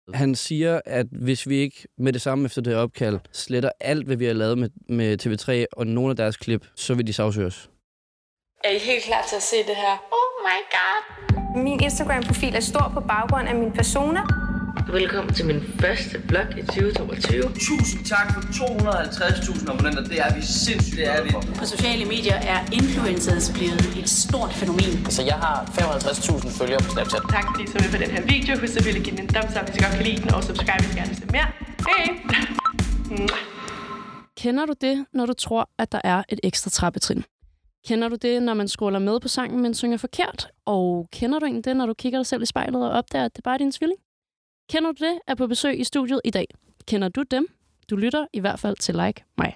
Han siger, at hvis vi ikke med det samme efter det her opkald sletter alt, hvad vi har lavet med TV3 og nogle af deres klip, så vil de sagsøge os. Er I helt klar til at se det her? Oh my god! Min Instagram-profil er stor på baggrund af min persona. Velkommen til min første vlog i 2022. Tusind tak for 250.000 abonnenter. Det er vi sindssygt. Det er vi. På sociale medier er influencers blevet et stort fænomen. Så jeg har 55.000 følgere på Snapchat. Tak fordi I så med på den her video. Husk selvfølgelig at give den en thumbs up, hvis I godt kan lide den, og subscribe, hvis I gerne vil se mere. Hej! Kender du det, når du tror, at der er et ekstra trappetrin? Kender du det, når man scroller med på sangen, men synger forkert? Og kender du egentlig det, når du kigger dig selv i spejlet og opdager, at det bare er din tvilling? Kender du det, er på besøg i studiet i dag? Kender du dem? Du lytter i hvert fald til Like mig.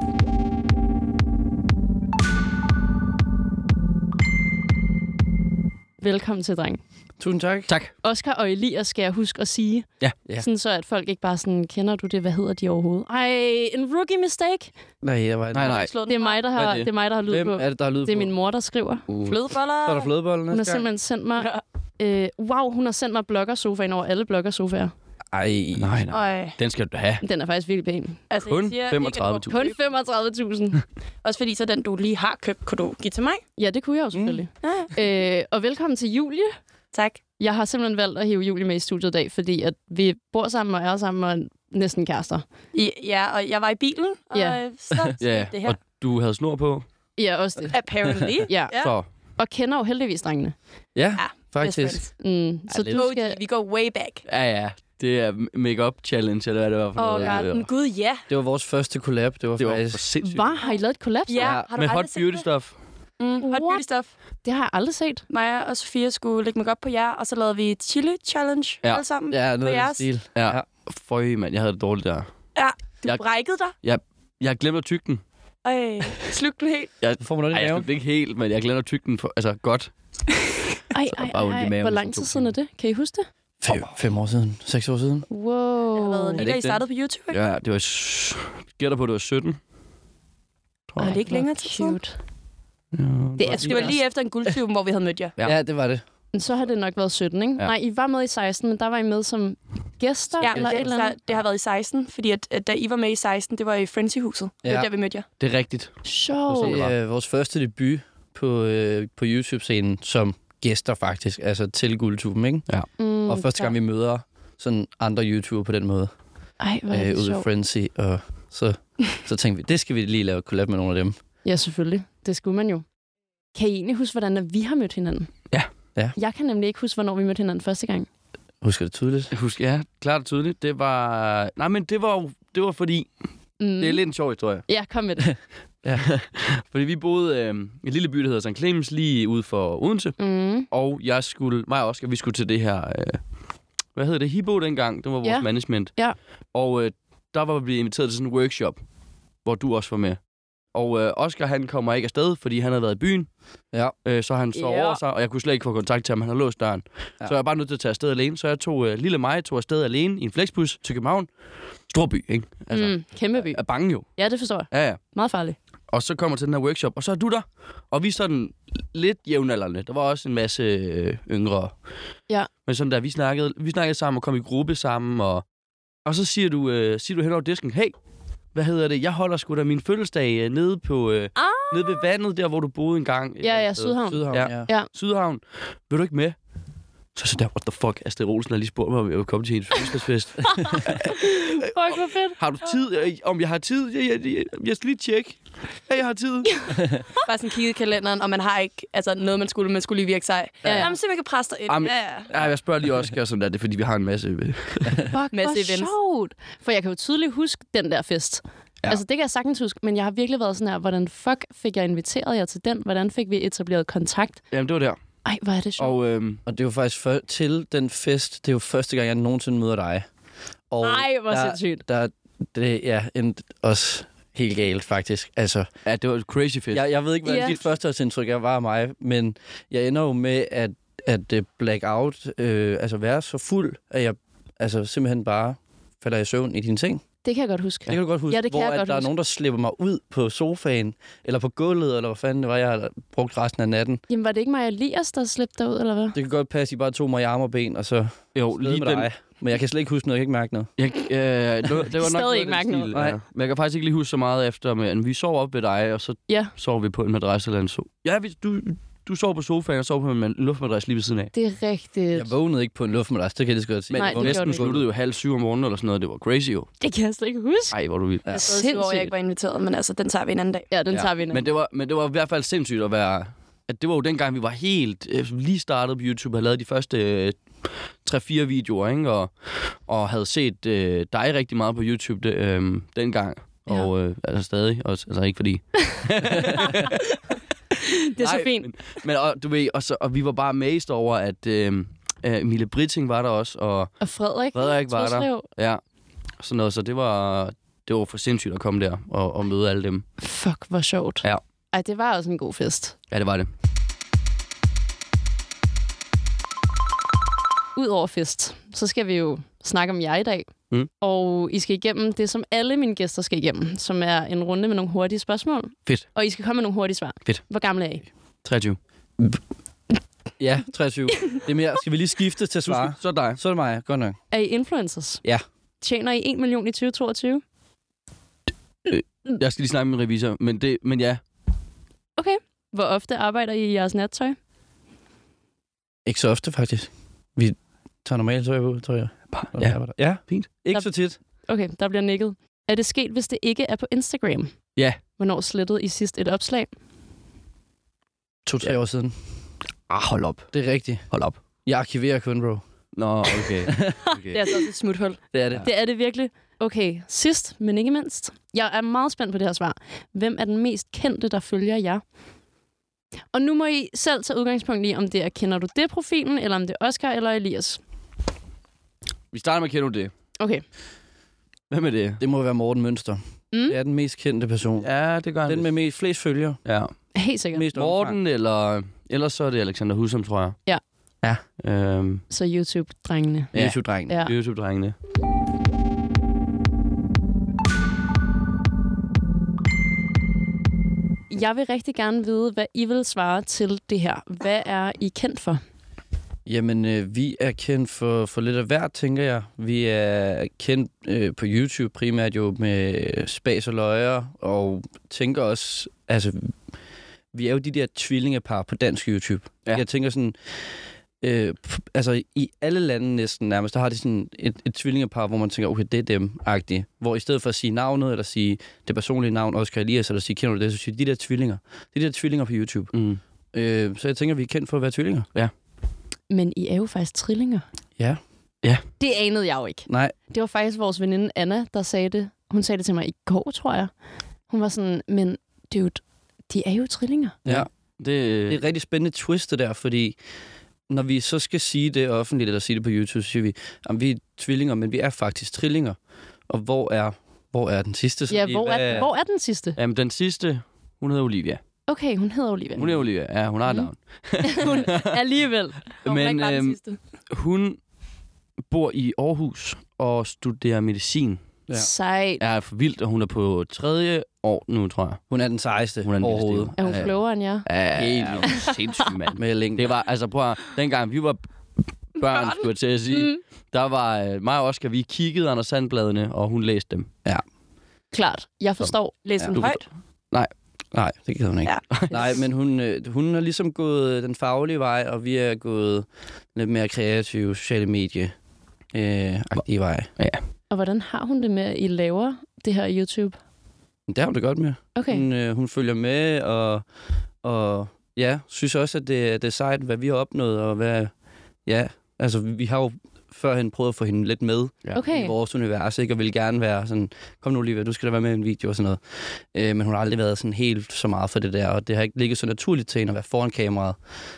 Velkommen til, dreng. Tusind tak. Tak. Oscar og Elias skal jeg huske at sige. Ja. Sådan så, at folk ikke bare sådan, kender du det? Hvad hedder de overhovedet? Ej, en rookie mistake. Nej, jeg var... Nej. Det er mig, der har, det er mig, der har lyd Hvem på. er det, der har lyd på? Det er min mor, der skriver. Flødeboller! Så er der flødeboller Hun har næste gang. simpelthen sendt mig... hun har sendt mig bloggersofaen over alle bloggersofaer. Ej. Nej. Den skal du have. Den er faktisk virkelig pæn. Altså, Kun jeg siger 35.000. Kun 35.000. Også fordi så den, du lige har købt, kunne du give til mig. Ja, det kunne jeg jo selvfølgelig. Og velkommen til Julie. Tak. Jeg har simpelthen valgt at hive Julie med i studiet i dag, fordi at vi bor sammen og er sammen og næsten kærester. Ja, og jeg var i bilen, og så Ja, det her. og du havde snor på. Ja, også det. Apparently. Ja. Så Og kender jo heldigvis drengene. Ja, Best faktisk. friends. Så du skal... Vi går way back. ja. Det er make-up challenge, eller hvad det var for noget. Men gud, ja. Det var vores første collab. Det var Det var for faktisk... sindssygt. Hvad? Har I lavet et collab? Ja, har du Med aldrig hot set beauty det? stuff. Hot beauty stuff. Det har jeg aldrig set. Maja og Sofia skulle lægge makeup på jer, og så lavede vi et chili challenge alle sammen. Ja, noget af den jeres. stil. Ja. Føj, mand. Jeg havde det dårligt der. Ja, du Jeg- brækkede dig. Jeg har glemt at tygge den. Slugte den helt. Får man noget i Ej, jeg maven? slugte den ikke helt, men jeg glemte at tygge den godt. Ej. maven Hvor i lang tid sådan siden er det? Kan I huske det? 5 år siden. 6 år siden. Wow. Det har været lige det da I ikke startede på YouTube, ikke? Ja, det var... Gætter på, det var 17. Tror Og jeg. det ikke længere til siden. Cute. Ja, Det var lige efter en guldtyven, hvor vi havde mødt jer. Ja. Ja, det var det. Men så har det nok været 17, ikke? Ja. Nej, I var med i 16, men der var I med som gæster Ja, eller et eller andet. det har været i 16, fordi at da I var med i 16, det var i Frenzy-huset. Det var Ja. der, vi mødte jer. Det er rigtigt. Sjov. Det er vores første debut på YouTube-scenen som gæster faktisk. Altså til Guldtuben, ikke? Og første gang vi møder sådan andre YouTubere på den måde. Ej, hvor er det Ude i sjovt. Frenzy. Og så tænkte vi, det skal vi lige lave collab med nogle af dem. Ja, selvfølgelig. Det skulle man jo. Kan I egentlig huske, hvordan vi har mødt hinanden? Ja. Jeg kan nemlig ikke huske, hvornår vi mødte hinanden første gang. Husker det tydeligt? Husk, ja, klart og tydeligt. Det var... Nej, men det var fordi... Det er lidt en sjov historie. Ja, kom med det. Fordi vi boede i en lille by, der hedder St. Clemens, lige ude for Odense. Og mig og Oscar, vi skulle til det her... hvad hedder det? Hibo dengang. Det var vores management. Ja. Og der var vi blevet inviteret til sådan en workshop, hvor du også var med. Og Oscar, han kommer ikke afsted, fordi han havde været i byen. Ja. Så han så over sig, og jeg kunne slet ikke få kontakt til ham. Han havde låst døren. Ja. Så jeg var bare nødt til at tage afsted alene. Så jeg tog lille mig tog afsted alene i en flexbus til København. Stor by, ikke? Altså, Kæmpe by. er bange jo. Ja, det forstår jeg. Ja. Meget farligt. Og så kommer jeg til den her workshop, og så er du der. Og vi er sådan lidt jævnaldrende. Der var også en masse yngre. Ja. Men sådan der, vi snakkede sammen og kom i gruppe sammen. Og så siger du hen over disken, hey, hvad hedder det? Jeg holder sgu da min fødselsdag nede ved vandet, der hvor du boede engang. Ja, Sydhavn. Ja. Sydhavn. Vil du ikke med? Så der, what the fuck? Astrid Olsen har lige spurgt mig, om jeg vil komme til hendes fødselsdagsfest. Fuck, hvor fedt. Har du tid? Om jeg har tid? Jeg skal lige tjekke. Ja, jeg har tid. Bare sådan kigge i kalenderen, og man har ikke noget, man skulle lige virke sig. Jamen, så man kan presse dig ind. Jamen, ja, jeg spørger lige Oscar, sådan der. Det er, fordi vi har en masse... Fuck, Masse hvor events. sjovt. For jeg kan jo tydeligt huske den der fest. Ja. Altså, det kan jeg sagtens huske, men jeg har virkelig været sådan her, hvordan fuck fik jeg inviteret jer til den? Hvordan fik vi etableret kontakt? Jamen, det var der. Ej, hvor er det sjovt. Og det var faktisk til den fest, det er jo første gang, jeg nogensinde møder dig. Og Ej, hvor sindssygt. Det endte også helt galt, faktisk. Altså, ja, det var et crazy fest. Jeg ved ikke, hvad dit førsteårsindtryk var af mig, men jeg ender jo med at blackout, altså være så fuld, at jeg simpelthen bare falder i søvn i dine ting. Det kan jeg godt huske. Det kan du godt huske. Ja, det kan hvor jeg godt der huske. er nogen, der slipper mig ud på sofaen, eller på gulvet, eller hvad fanden det var, jeg har brugt resten af natten. Jamen, var det ikke mig og Elias, der slæbte dig ud, eller hvad? Det kan godt passe, at I bare tog mig i arme og ben, og så jo, lige Men jeg kan slet ikke huske noget. Jeg kan ikke mærke noget. Det var nok Stadig ikke mærke noget. Nej. Men jeg kan faktisk ikke lige huske så meget efter, men vi sov op ved dig, og så sov vi på en madras eller en Ja, du sov på sofaen og sov på en luftmadras lige ved siden af. Det er rigtigt. Jeg vågnede ikke på en luftmadras, det kan jeg lige så godt sige. Men Nej, det næsten gjorde du sluttede jo 6:30 om morgenen eller sådan noget. Det var crazy jo. Det kan jeg slet ikke huske. Ej, hvor du vild. Jeg er så sur, jeg ikke var inviteret, men altså, den tager vi en anden dag. Ja, den tager vi nu. Men det var i hvert fald sindssygt at være... At det var jo dengang, vi var helt... lige startet på YouTube og havde lavet de første 3-4 videoer, ikke? Og havde set dig rigtig meget på YouTube dengang. Ja. Og altså stadig. Altså ikke fordi... Det er så fint. Men du ved, og vi var bare amazed over, at Mille Britting var der også, og Frederik var der. Ja, sådan noget. Så det var for sindssygt at komme der og møde alle dem. Fuck, hvor sjovt. Ja. Ej, det var også en god fest. Ja, det var det. Udover fest, så skal vi jo snakke om jer i dag. Og I skal igennem det, som alle mine gæster skal igennem, som er en runde med nogle hurtige spørgsmål. Fedt. Og I skal komme med nogle hurtige svar. Fedt. Hvor gamle er I? 23. Ja, 23. Det er mere. Skal vi lige skifte til at svare? Så er det dig. Så er det mig. Godt nok. Er I influencers? Ja. Tjener I 1 million i 2022? Jeg skal lige snakke med min revisor, men ja. Okay. Hvor ofte arbejder I jeres nattøj? Ikke så ofte, faktisk. Vi tager normalt tøj på, tror jeg. Ja, fint. Ikke så tit. Okay, der bliver nikket. Er det sket, hvis det ikke er på Instagram? Ja. Hvornår slettede I sidst et opslag? 2-3 år siden. Hold op. Det er rigtigt. Hold op. Jeg arkiverer kun, bro. Nå, okay. Det er altså også et smuthul. Det er det. Det er det virkelig. Okay, sidst, men ikke mindst. Jeg er meget spændt på det her svar. Hvem er den mest kendte, der følger jer? Og nu må I selv tage udgangspunkt i, om det er Kender du det-profilen, eller om det er Oscar eller Elias. Vi starter med Kender du det. Okay. Hvem er det? Det må være Morten Mønster. Det er den mest kendte person. Ja, det gør han. Den med flest følgere. Ja. Helt sikkert. Mest Morten, eller så er det Alexander Husum, tror jeg. Ja. Ja. Så YouTube-drengene. Ja. YouTube-drengene. Ja. YouTube-drengene. Jeg vil rigtig gerne vide, hvad I vil svare til det her. Hvad er I kendt for? Jamen, vi er kendt for lidt af hvert, tænker jeg. Vi er kendt på YouTube primært jo med spas og løjer, og tænker også, altså, vi er jo de der tvillingepar på dansk YouTube. Ja. Jeg tænker sådan, altså i alle lande næsten nærmest, der har de sådan et tvillingepar, hvor man tænker, okay, det er dem-agtigt. Hvor i stedet for at sige navnet, eller sige det personlige navn, Oscar Elias, eller sige, kender du det, så siger de der tvillinger. Det er de der tvillinger på YouTube. Så jeg tænker, vi er kendt for at være tvillinger. Ja. Men I er jo faktisk trillinger. Ja. Ja. Det anede jeg jo ikke. Nej. Det var faktisk vores veninde Anna, der sagde det. Hun sagde det til mig i går, tror jeg. Hun var sådan, men dude, de er jo trillinger. Ja. Det er et rigtig spændende twist der, fordi når vi så skal sige det offentligt, eller sige det på YouTube, så siger vi, at vi er tvillinger, men vi er faktisk trillinger. Og hvor er den sidste? Ja, hvor er den sidste? Jamen, den sidste, hun hedder Olivia. Okay, hun hedder Olivia. Hun er Olivia, ja, hun har et navn. Hun alligevel. Men hun bor i Aarhus og studerer medicin. Ja. Sejt. Er for vildt, og hun er på 3. år nu, tror jeg. Hun er den sejeste overhovedet. Er hun klogere end jer? Ja, helt sindssygt, mand. Med længe. Det var, altså prøv at, dengang vi var børn, skulle jeg til at sige, der var mig og Oscar, vi kiggede Anders Sandbladene, og hun læste dem. Ja. Klart. Jeg forstår. Læste hun højt? Nej, det kan hun ikke. Ja. Nej, men hun har ligesom gået den faglige vej, og vi er gået lidt mere kreative, sociale medie-agtige vej. Ja. Og hvordan har hun det med, at I laver det her YouTube? Det har hun det godt med. Okay. Hun følger med, og ja, synes også, at det er sejt, hvad vi har opnået, og hvad... Ja, altså vi har jo førhen prøvet at få hende lidt med i vores univers, ikke? Og ville gerne være sådan, kom nu Olivia, du skal da være med i en video og sådan noget. Men hun har aldrig været sådan helt så meget for det der, og det har ikke ligget så naturligt til hende at være foran kameraet,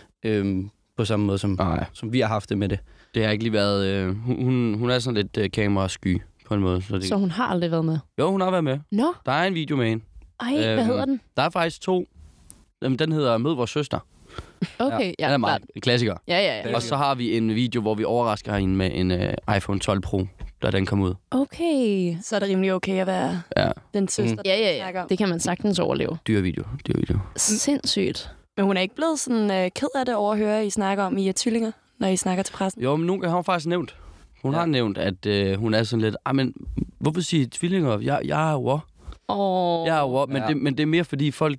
på samme måde, som vi har haft det med det. Det har ikke lige været... Hun er sådan lidt kamerasky på en måde. Så hun har aldrig været med? Jo, hun har været med. Nå? Der er en video med hende. Ej, hvad hedder den? Der er faktisk 2. Den hedder Mød vores søster. Okay, ja. Den er meget en klassiker. Ja. Og så har vi en video, hvor vi overrasker hende med en iPhone 12 Pro, da den kom ud. Okay. Så er det rimelig okay at være den søster, Ja. Det kan man sagtens overleve. Dyr video. Sindssygt. Men hun er ikke blevet sådan ked af det over at høre, I snakker om, I er tvillinger, når I snakker til pressen? Jo, men nogle gange har hun faktisk nævnt Hun har nævnt, at hun er sådan lidt, men hvorfor siger I tvillinger? Jeg er jo Jeg er jo men det er mere fordi folk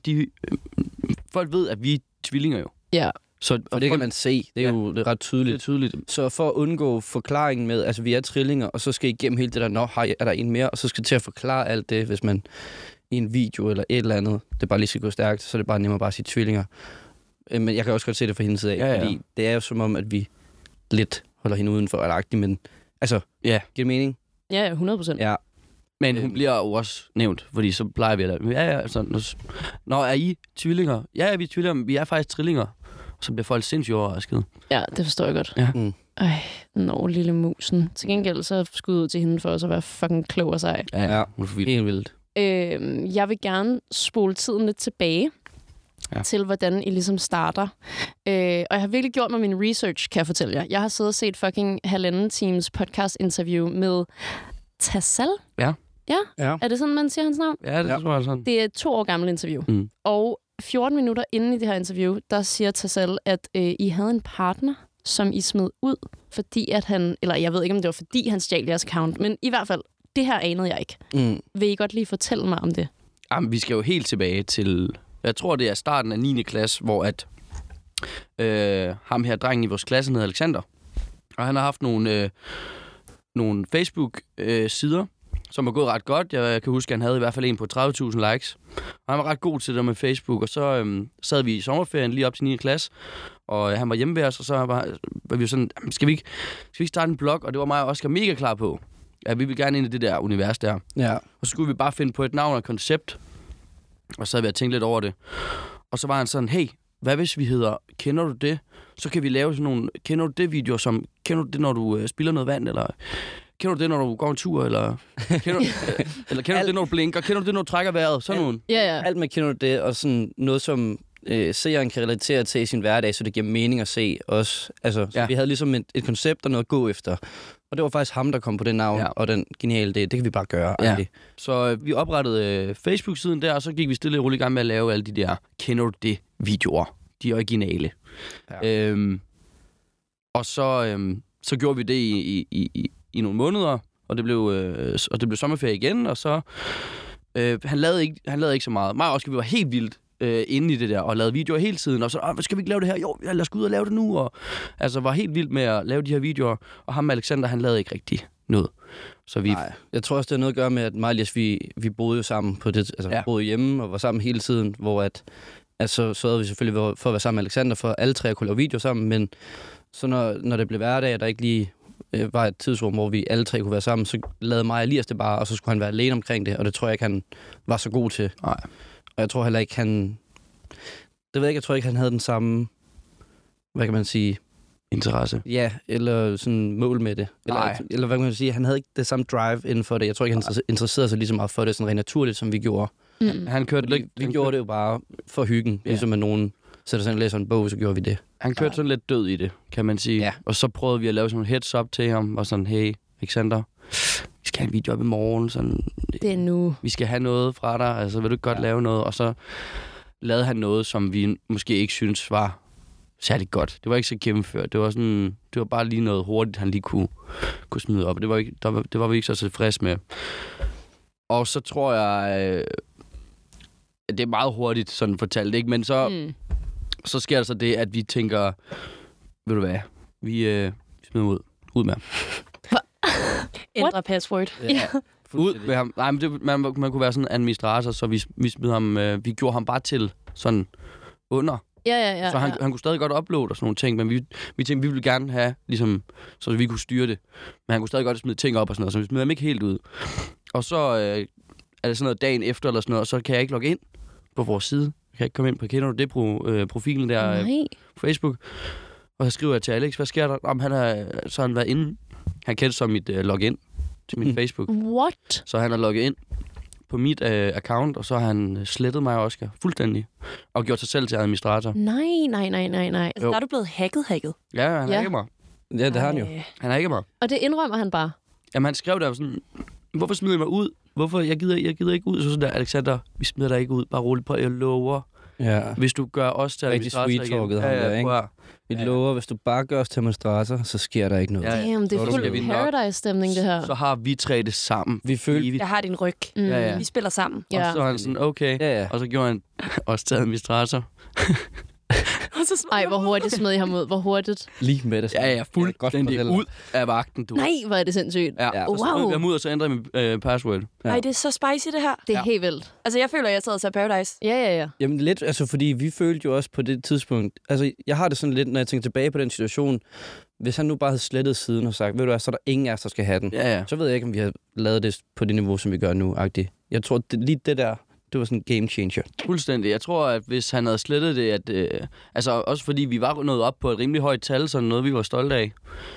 ved, at vi er tvillinger jo. Ja. Så, og det kan man se. Det er jo ret tydeligt. Det er tydeligt. Så for at undgå forklaringen med, altså vi er trillinger, og så skal I igennem hele det der, er der en mere, og så skal til at forklare alt det, hvis man i en video eller et eller andet, det bare lige skal gå stærkt, så er det bare nemmere bare at sige tvillinger. Men jeg kan også godt se det fra hendes side af, fordi det er jo som om, at vi lidt holder hende udenfor, eller agtigt, men altså, giver det mening? Ja, 100%. Ja. Men hun bliver jo også nævnt, fordi så plejer vi at... altså, når er I tvillinger? Ja, vi er tvillinger, men vi er faktisk trillinger. Og så bliver folk sindssygt overrasket. Ja, det forstår jeg godt. Ja. Lille musen. Til gengæld så skud ud til hende for os at være fucking klog og sej. Ja, hun er helt vildt. Jeg vil gerne spole tiden lidt tilbage til, hvordan I ligesom starter. Og jeg har virkelig gjort mig min research, kan jeg fortælle jer. Jeg har siddet og set fucking 1,5 times podcast-interview med Tassal. Ja. Er det sådan, man siger hans navn? Ja, det tror jeg sådan. Det er et 2 år gammelt interview. Og 14 minutter inden i det her interview, der siger Tassal, at I havde en partner, som I smed ud, fordi at han... Eller jeg ved ikke, om det var fordi han stjal jeres account, men i hvert fald, det her anede jeg ikke. Vil I godt lige fortælle mig om det? Jamen, vi skal jo helt tilbage til... Jeg tror, det er starten af 9. klasse, hvor at ham her drengen i vores klasse hedder Alexander. Og han har haft nogle Facebook-sider, som har gået ret godt. Jeg kan huske, at han havde i hvert fald en på 30.000 likes. Og han var ret god til det med Facebook. Og så sad vi i sommerferien lige op til 9. klasse, og han var hjemme ved os, og så var vi sådan, skal vi ikke starte en blog? Og det var mig og Oscar mega klar på. Ja, vi vil gerne ind i det der univers der. Ja. Og så skulle vi bare finde på et navn og et koncept. Og så havde vi tænkt lidt over det. Og så var han sådan, hey, hvad hvis vi hedder, kender du det? Så kan vi lave sådan nogle, kender du det videoer som, kender du det, når du spiller noget vand, eller kender du det, når du går en tur, eller kender du det, når du blinker, kender du det, når du trækker vejret, sådan nogen. Ja. Alt med kender du det, og sådan noget, som seeren kan relatere til i sin hverdag, så det giver mening at se også. Altså, så vi havde ligesom et koncept og noget at gå efter. Og det var faktisk ham, der kom på det navn, og den geniale idé. Det kan vi bare gøre. Ja. Så vi oprettede Facebook-siden der, og så gik vi stille og roligt i gang med at lave alle de der kender du det-videoer. De originale. Ja. Og så gjorde vi det i nogle måneder, og det blev sommerferie igen, og så han lavede ikke så meget. Mig og Oscar, vi var helt vildt inde i det der, og lavede videoer hele tiden, og så, skal vi ikke lave det her? Jo, lad os gå ud og lave det nu, og altså var helt vildt med at lave de her videoer, og ham Alexander, han lavede ikke rigtig noget. Så Nej, jeg tror også, det har noget at gøre med, at mig og Elias, vi boede jo sammen på det, altså boede hjemme og var sammen hele tiden, hvor så havde vi selvfølgelig for at være sammen med Alexander, for alle tre at kunne lave videoer sammen, men så når det blev hverdag, og der ikke lige var et tidsrum, hvor vi alle tre kunne være sammen, så lavede mig og Elias det bare, og så skulle han være alene omkring det, og det tror jeg ikke, han var så god til. Nej. Og jeg tror heller ikke, jeg tror ikke, han havde den samme, hvad kan man sige? Interesse. Ja, eller sådan mål med det. Eller hvad kan man sige? Han havde ikke det samme drive inden for det. Jeg tror ikke, han interesserede sig lige så meget for det, sådan rent naturligt, som vi gjorde. Han kørte vi gjorde det jo bare for hyggen, ligesom at nogen sætter sig og læser en bog, så gjorde vi det. Han kørte sådan lidt død i det, kan man sige. Ja. Og så prøvede vi at lave sådan en heads-up til ham, og sådan, hey, Alexander, vi skal have en video op i morgen. Sådan, det er nu. Vi skal have noget fra dig, altså vil du ikke godt lave noget? Og så lavede han noget, som vi måske ikke synes var særlig godt. Det var ikke så gennemført. Det var bare lige noget hurtigt, han lige kunne smide op. Det var vi ikke så tilfreds med. Og så tror jeg, det er meget hurtigt sådan fortalt, ikke? Men så sker der så det, at vi tænker, ved du hvad, vi smider ud med ham. Ændre password. Ja. Ud med ham. Nej, men man kunne være sådan en administrator, så vi smed ham, vi gjorde ham bare til sådan under. Ja. Så han kunne stadig godt uploade og sådan nogle ting, men vi tænkte, vi ville gerne have, ligesom, så vi kunne styre det. Men han kunne stadig godt smide ting op og sådan noget, så vi smed ham ikke helt ud. Og så er det sådan noget dagen efter eller sådan noget, og så kan jeg ikke logge ind på vores side. Jeg kan ikke komme ind på, kender du det, profilen der på Facebook. Og så skriver jeg til Alex, hvad sker der? Jamen, så har han været inde. Han kendte så mit login til min Facebook. What? Så han har logget ind på mit account, og så har han slettet mig og Oscar fuldstændig. Og gjort sig selv til administrator. Nej. Altså, der er du blevet hacket. Ja, han hacker mig. Ja, det har han jo. Han hacker mig. Og det indrømmer han bare? Jamen, han skrev der sådan, hvorfor smider I mig ud? Hvorfor? Jeg gider ikke ud. Så sådan der, Alexander, vi smider dig ikke ud. Bare roligt på, jeg lover. Ja. Hvis du gør os til Rigtig sweet-talket ham der, ikke? Vi lover, hvis du bare gør os til administrator, så sker der ikke noget. Ja. Damn, det er fuld Paradise-stemning, det her. Så har vi tre det sammen. Vi følte... Jeg har din ryg. Ja. Vi spiller sammen. Og så er han sådan, okay. Ja. Og så gjorde han os til administrator. Ej, hvor hurtigt smed I ham ud. Hvor hurtigt. Lige med det. Ja, fuldstændig ud af vagten, du. Nej, hvor er det sindssygt. Ja. Wow. Så smed jeg ud, og så ændrede jeg min password. Ej, det er så spicy, det her. Det er helt vildt. Altså, jeg føler, at jeg sad og sagde Paradise. Ja. Jamen lidt, altså fordi vi følte jo også på det tidspunkt, altså jeg har det sådan lidt, når jeg tænker tilbage på den situation, hvis han nu bare havde slettet siden og sagt, ved du hvad, så er der ingen af os, der skal have den. Ja. Så ved jeg ikke, om vi har lavet det på det niveau, som vi gør nu, agtigt. Jeg tror, lige det der, det var sådan en game changer. Fuldstændig. Jeg tror, at hvis han havde slettet det, at... altså også fordi vi var nået op på et rimelig højt tal, sådan noget, vi var stolte af.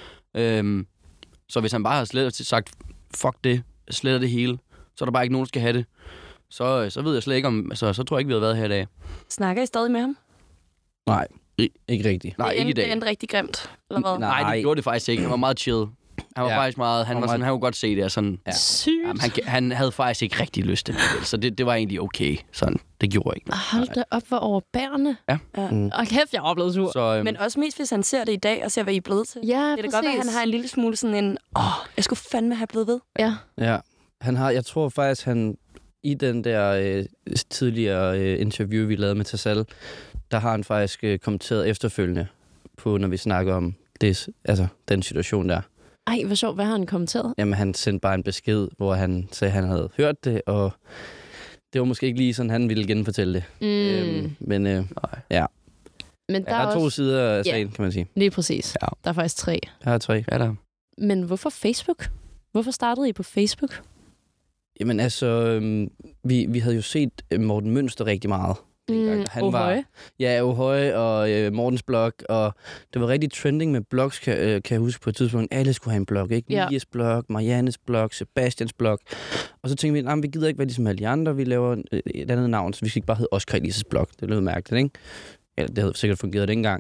Så hvis han bare havde slettet og sagt, fuck det, sletter det hele, så er der bare ikke nogen, der skal have det. Så ved jeg slet ikke om... Altså, så tror jeg ikke, vi havde været her i dag. Snakker I stadig med ham? Nej, ikke rigtigt. Nej, ikke i dag. Det endte rigtig grimt, eller hvad? Nej, det gjorde det faktisk ikke. Han var meget chill. Han var faktisk meget... Han kunne godt se det. Sådan, Sygt. jamen, han havde faktisk ikke rigtig lyst til det. Så det var egentlig okay. Sådan, det gjorde ikke. Hold da op, hvor overbærende. Ja. Og kæft, jeg er blevet sur. Så, Men også mest, hvis han ser det i dag, og ser, hvad I er blevet til. Ja, Det er da godt, at han præcis. har en lille smule sådan en... jeg skulle fandme have blevet ved. Ja. Han har, jeg tror faktisk, han i den der tidligere interview, vi lavede med Tassal, der har han faktisk kommenteret efterfølgende på, når vi snakker om det, altså den situation der. Ej, hvor sjovt. Hvad har han kommenteret? Jamen, han sendte bare en besked, hvor han sagde, at han havde hørt det, og det var måske ikke lige sådan, han ville genfortælle det. Men ja. Men der er to sider af sagen, kan man sige. Lige præcis. Ja. Der er faktisk 3. Jeg har 3. Ja, der. Men hvorfor Facebook? Hvorfor startede I på Facebook? Jamen altså, vi havde jo set Morten Mønster rigtig meget. Han var, ja, Ohøje og Mortens blog, og det var rigtig trending med blogs, kan jeg huske på et tidspunkt. Alle skulle have en blog, ikke? Ja. Mias blog, Mariannes blog, Sebastians blog. Og så tænkte vi, vi gider ikke være ligesom alle de andre, vi laver et andet navn, så vi skal ikke bare hedde Oscar Elises blog. Det lød mærkeligt, ikke? Ja, det havde sikkert fungeret dengang.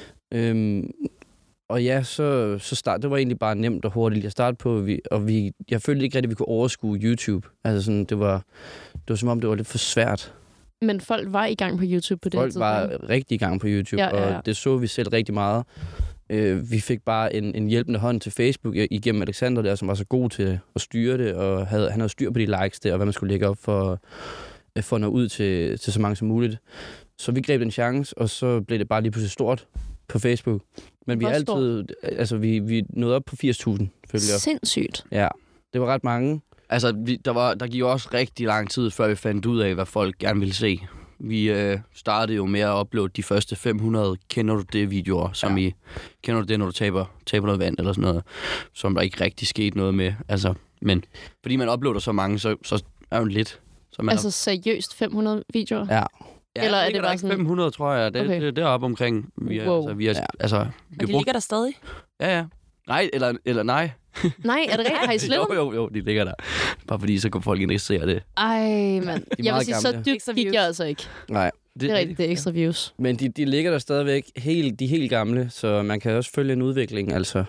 Og ja, så det var egentlig bare nemt og hurtigt at starte på, jeg følte ikke rigtig, at vi kunne overskue YouTube. Altså sådan, det var som om, det var lidt for svært. Men folk var i gang på YouTube på det tidspunkt. tidspunkt? Folk var rigtig i gang på YouTube, ja. Og det så vi selv rigtig meget. Vi fik bare en hjælpende hånd til Facebook igennem Alexander der, som var så god til at styre det, og han havde styr på de likes der, og hvad man skulle lægge op for at nå ud til så mange som muligt. Så vi greb den chance, og så blev det bare lige pludselig stort på Facebook. Men vi er altid, altså vi nåede op på 80.000 følgere. Sindssygt. Ja, det var ret mange. Altså, der gik jo også rigtig lang tid, før vi fandt ud af, hvad folk gerne ville se. Vi startede jo med at uploade de første 500 kender du det videoer, som i kender du det, når du taber noget vand eller sådan noget, som der ikke rigtig skete noget med. Altså, men fordi man uploader så mange, så er jo lidt. Så man altså seriøst 500 videoer? Ja. Eller er det bare sådan 500, tror jeg. Det er deroppe omkring. Og de ligger der stadig? Ja. Nej, eller nej. Nej, er det rigtigt? Har I slettet? Jo, de ligger der. Bare fordi, så kan folk ikke se det. Ej, mand. Jeg vil sige, så dybt gik jeg altså ikke. Nej. Det er rigtigt, det er ekstra views. Men de ligger der stadigvæk de helt gamle, så man kan også følge en udvikling, altså.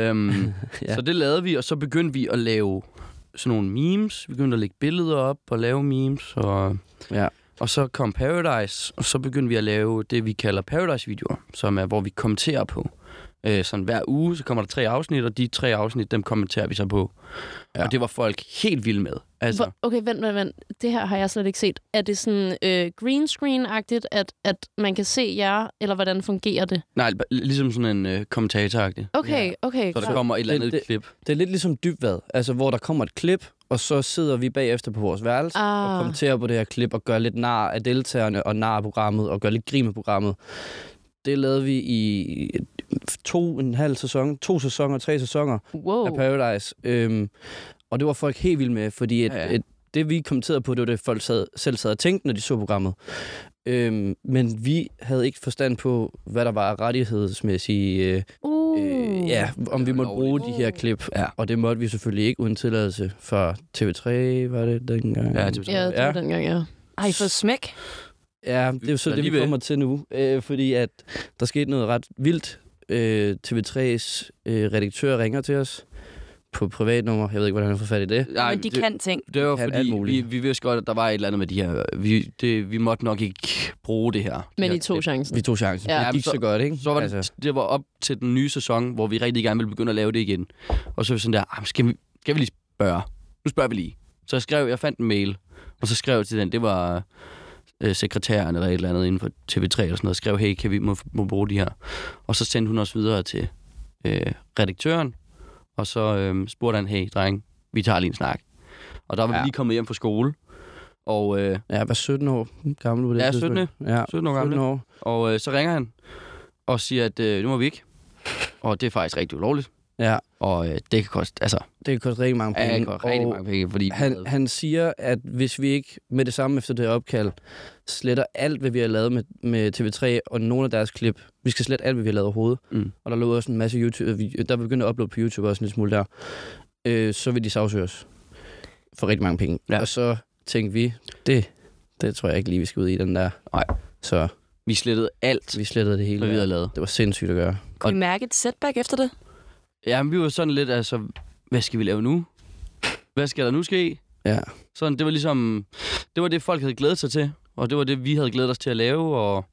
Så det lavede vi, og så begyndte vi at lave sådan nogle memes. Vi begyndte at lægge billeder op og lave memes, og så kom Paradise, og så begyndte vi at lave det, vi kalder Paradise-videoer, som er, hvor vi kommenterer på. Sådan hver uge, så kommer der 3 afsnit, og de 3 afsnit, dem kommenterer vi så på. Ja. Og det var folk helt vilde med. Altså. Okay, vent. Det her har jeg slet ikke set. Er det sådan green screen-agtigt, at man kan se jer, eller hvordan fungerer det? Nej, ligesom sådan en kommentator-agtigt. Okay. Så der kommer et eller andet klip. Det er lidt ligesom Dybvad, altså hvor der kommer et klip, og så sidder vi bagefter på vores værelse og kommenterer på det her klip, og gør lidt nar af deltagerne, og nar af programmet, og gør lidt grin med programmet. Det lavede vi i 2,5 sæson, 2 sæsoner, 3 sæsoner af Paradise. Og det var folk helt vilde med, fordi det vi kommenterede på, det var det, folk selv sad og tænkte, når de så programmet. Men vi havde ikke forstand på, hvad der var rettighedsmæssigt. Om vi måtte bruge de her klip. Og det måtte vi selvfølgelig ikke uden tilladelse fra TV3, var det dengang? Ja, TV3. Ja, det var dengang, ja. Har I fået smæk? Ja, det er jo så det, vi kommer til nu. Fordi at der skete noget ret vildt. TV3's redaktør ringer til os på privatnummer. Jeg ved ikke, hvordan han får fat i det. Nej, men de kan ting. Det var Kan alt fordi, muligt. vi vidste godt, at der var et eller andet med de her. Vi måtte nok ikke bruge det her. Men de I tog chancen. Vi tog chancen. Ja. Ja, det gik så godt, ikke? Så var det var op til den nye sæson, hvor vi rigtig gerne ville begynde at lave det igen. Og så var vi sådan der, skal vi lige spørge? Nu spørger vi lige. Så jeg fandt en mail, og så skrev jeg til den, det var sekretæren eller et eller andet inden for TV3 eller sådan noget, skrev, hey, kan vi må bruge de her? Og så sendte hun os videre til redaktøren, og så spurgte han, hey, dreng, vi tager lige en snak. Og der var vi lige kommet hjem fra skole. Og, jeg var 17 år gammel på det tidspunkt. 17. Ja, 17 år gammel. 17 år. Og så ringer han og siger, at det må vi ikke. Og det er faktisk rigtig ulovligt. Ja. Og det kan koste, altså... Det kan koste rigtig mange penge. Ja, det kan koste rigtig mange penge, fordi... Han siger, at hvis vi ikke med det samme efter det her opkald sletter alt, hvad vi har lavet med TV3 og nogle af deres klip. Vi skal slette alt, hvad vi har lavet overhovedet. Og der lå også en masse YouTube... Der begyndte at uploade på YouTube også en lille smule der. Så vil de sagsøge os for rigtig mange penge. Ja. Og så tænkte vi, det tror jeg ikke lige, vi skal ud i den der. Nej. Så vi slettede alt. Vi slettede det hele, hvad vi havde lavet. Det var sindssygt at gøre. Kunne I mærke et setback efter det? Ja, men vi var sådan lidt, altså, hvad skal vi lave nu? Hvad skal der nu ske? Ja. Sådan, det var ligesom, det var det, folk havde glædet sig til, og det var det, vi havde glædet os til at lave, og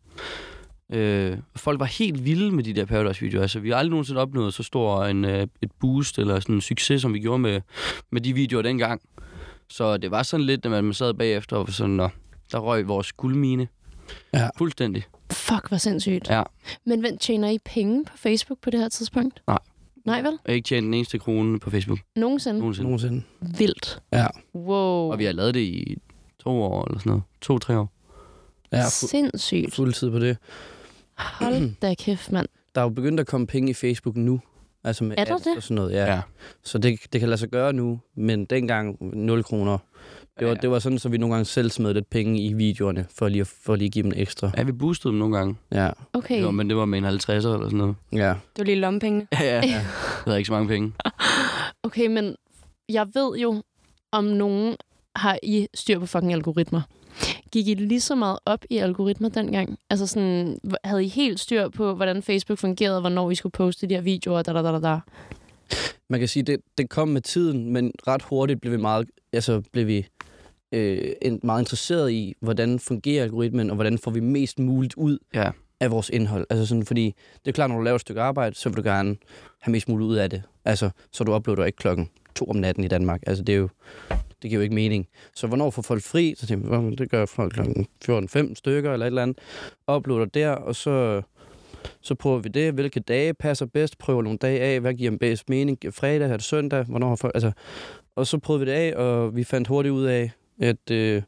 folk var helt vilde med de der Paradise-videoer. Altså, vi har aldrig nogensinde opnået så stor et boost, eller sådan en succes, som vi gjorde med de videoer dengang. Så det var sådan lidt, at man sad bagefter, og sådan, der røg vores guldmine. Ja. Fuldstændig. Fuck, hvor sindssygt. Ja. Men tjener I penge på Facebook på det her tidspunkt? Nej. Nej, vel? Jeg har ikke tjent en eneste krone på Facebook. Nogensinde? Vildt. Ja. Wow. Og vi har lavet det i 2 år, eller sådan noget. 2-3 år. Ja, sindssygt. Fuld tid på det. Hold da kæft, mand. Der er jo begyndt at komme penge i Facebook nu. Altså med er der ads det? og sådan noget, ja. Så det kan lade sig gøre nu, men dengang 0 kroner. Det var sådan, så vi nogle gange selv smed lidt penge i videoerne, for lige at give dem ekstra. Ja, vi boostede dem nogle gange. Ja. Okay. Men det var med en 50'er eller sådan noget. Ja. Det var lige lommepengene. Ja. Det havde ikke så mange penge. Okay, men jeg ved jo, om nogen har I styr på fucking algoritmer. Gik I lige så meget op i algoritmer dengang? Altså sådan, havde I helt styr på, hvordan Facebook fungerede, hvornår I skulle poste de her videoer, Man kan sige, det kom med tiden, men ret hurtigt blev vi meget interesseret i, hvordan fungerer algoritmen, og hvordan får vi mest muligt ud af vores indhold. Altså sådan, fordi det er klart, når du laver et stykke arbejde, så vil du gerne have mest muligt ud af det. Altså, så du uploader ikke 2:00 om natten i Danmark. Altså, det giver jo ikke mening. Så hvornår får folk fri? Så tænker jeg, det gør folk 14-15 stykker eller et eller andet. Uploader der, og så prøver vi det. Hvilke dage passer bedst? Prøver nogle dage af. Hvad giver dem bedst mening? Fredag, er det søndag? Hvornår har folk... Altså, og så prøvede vi det af, og vi fandt hurtigt ud af, at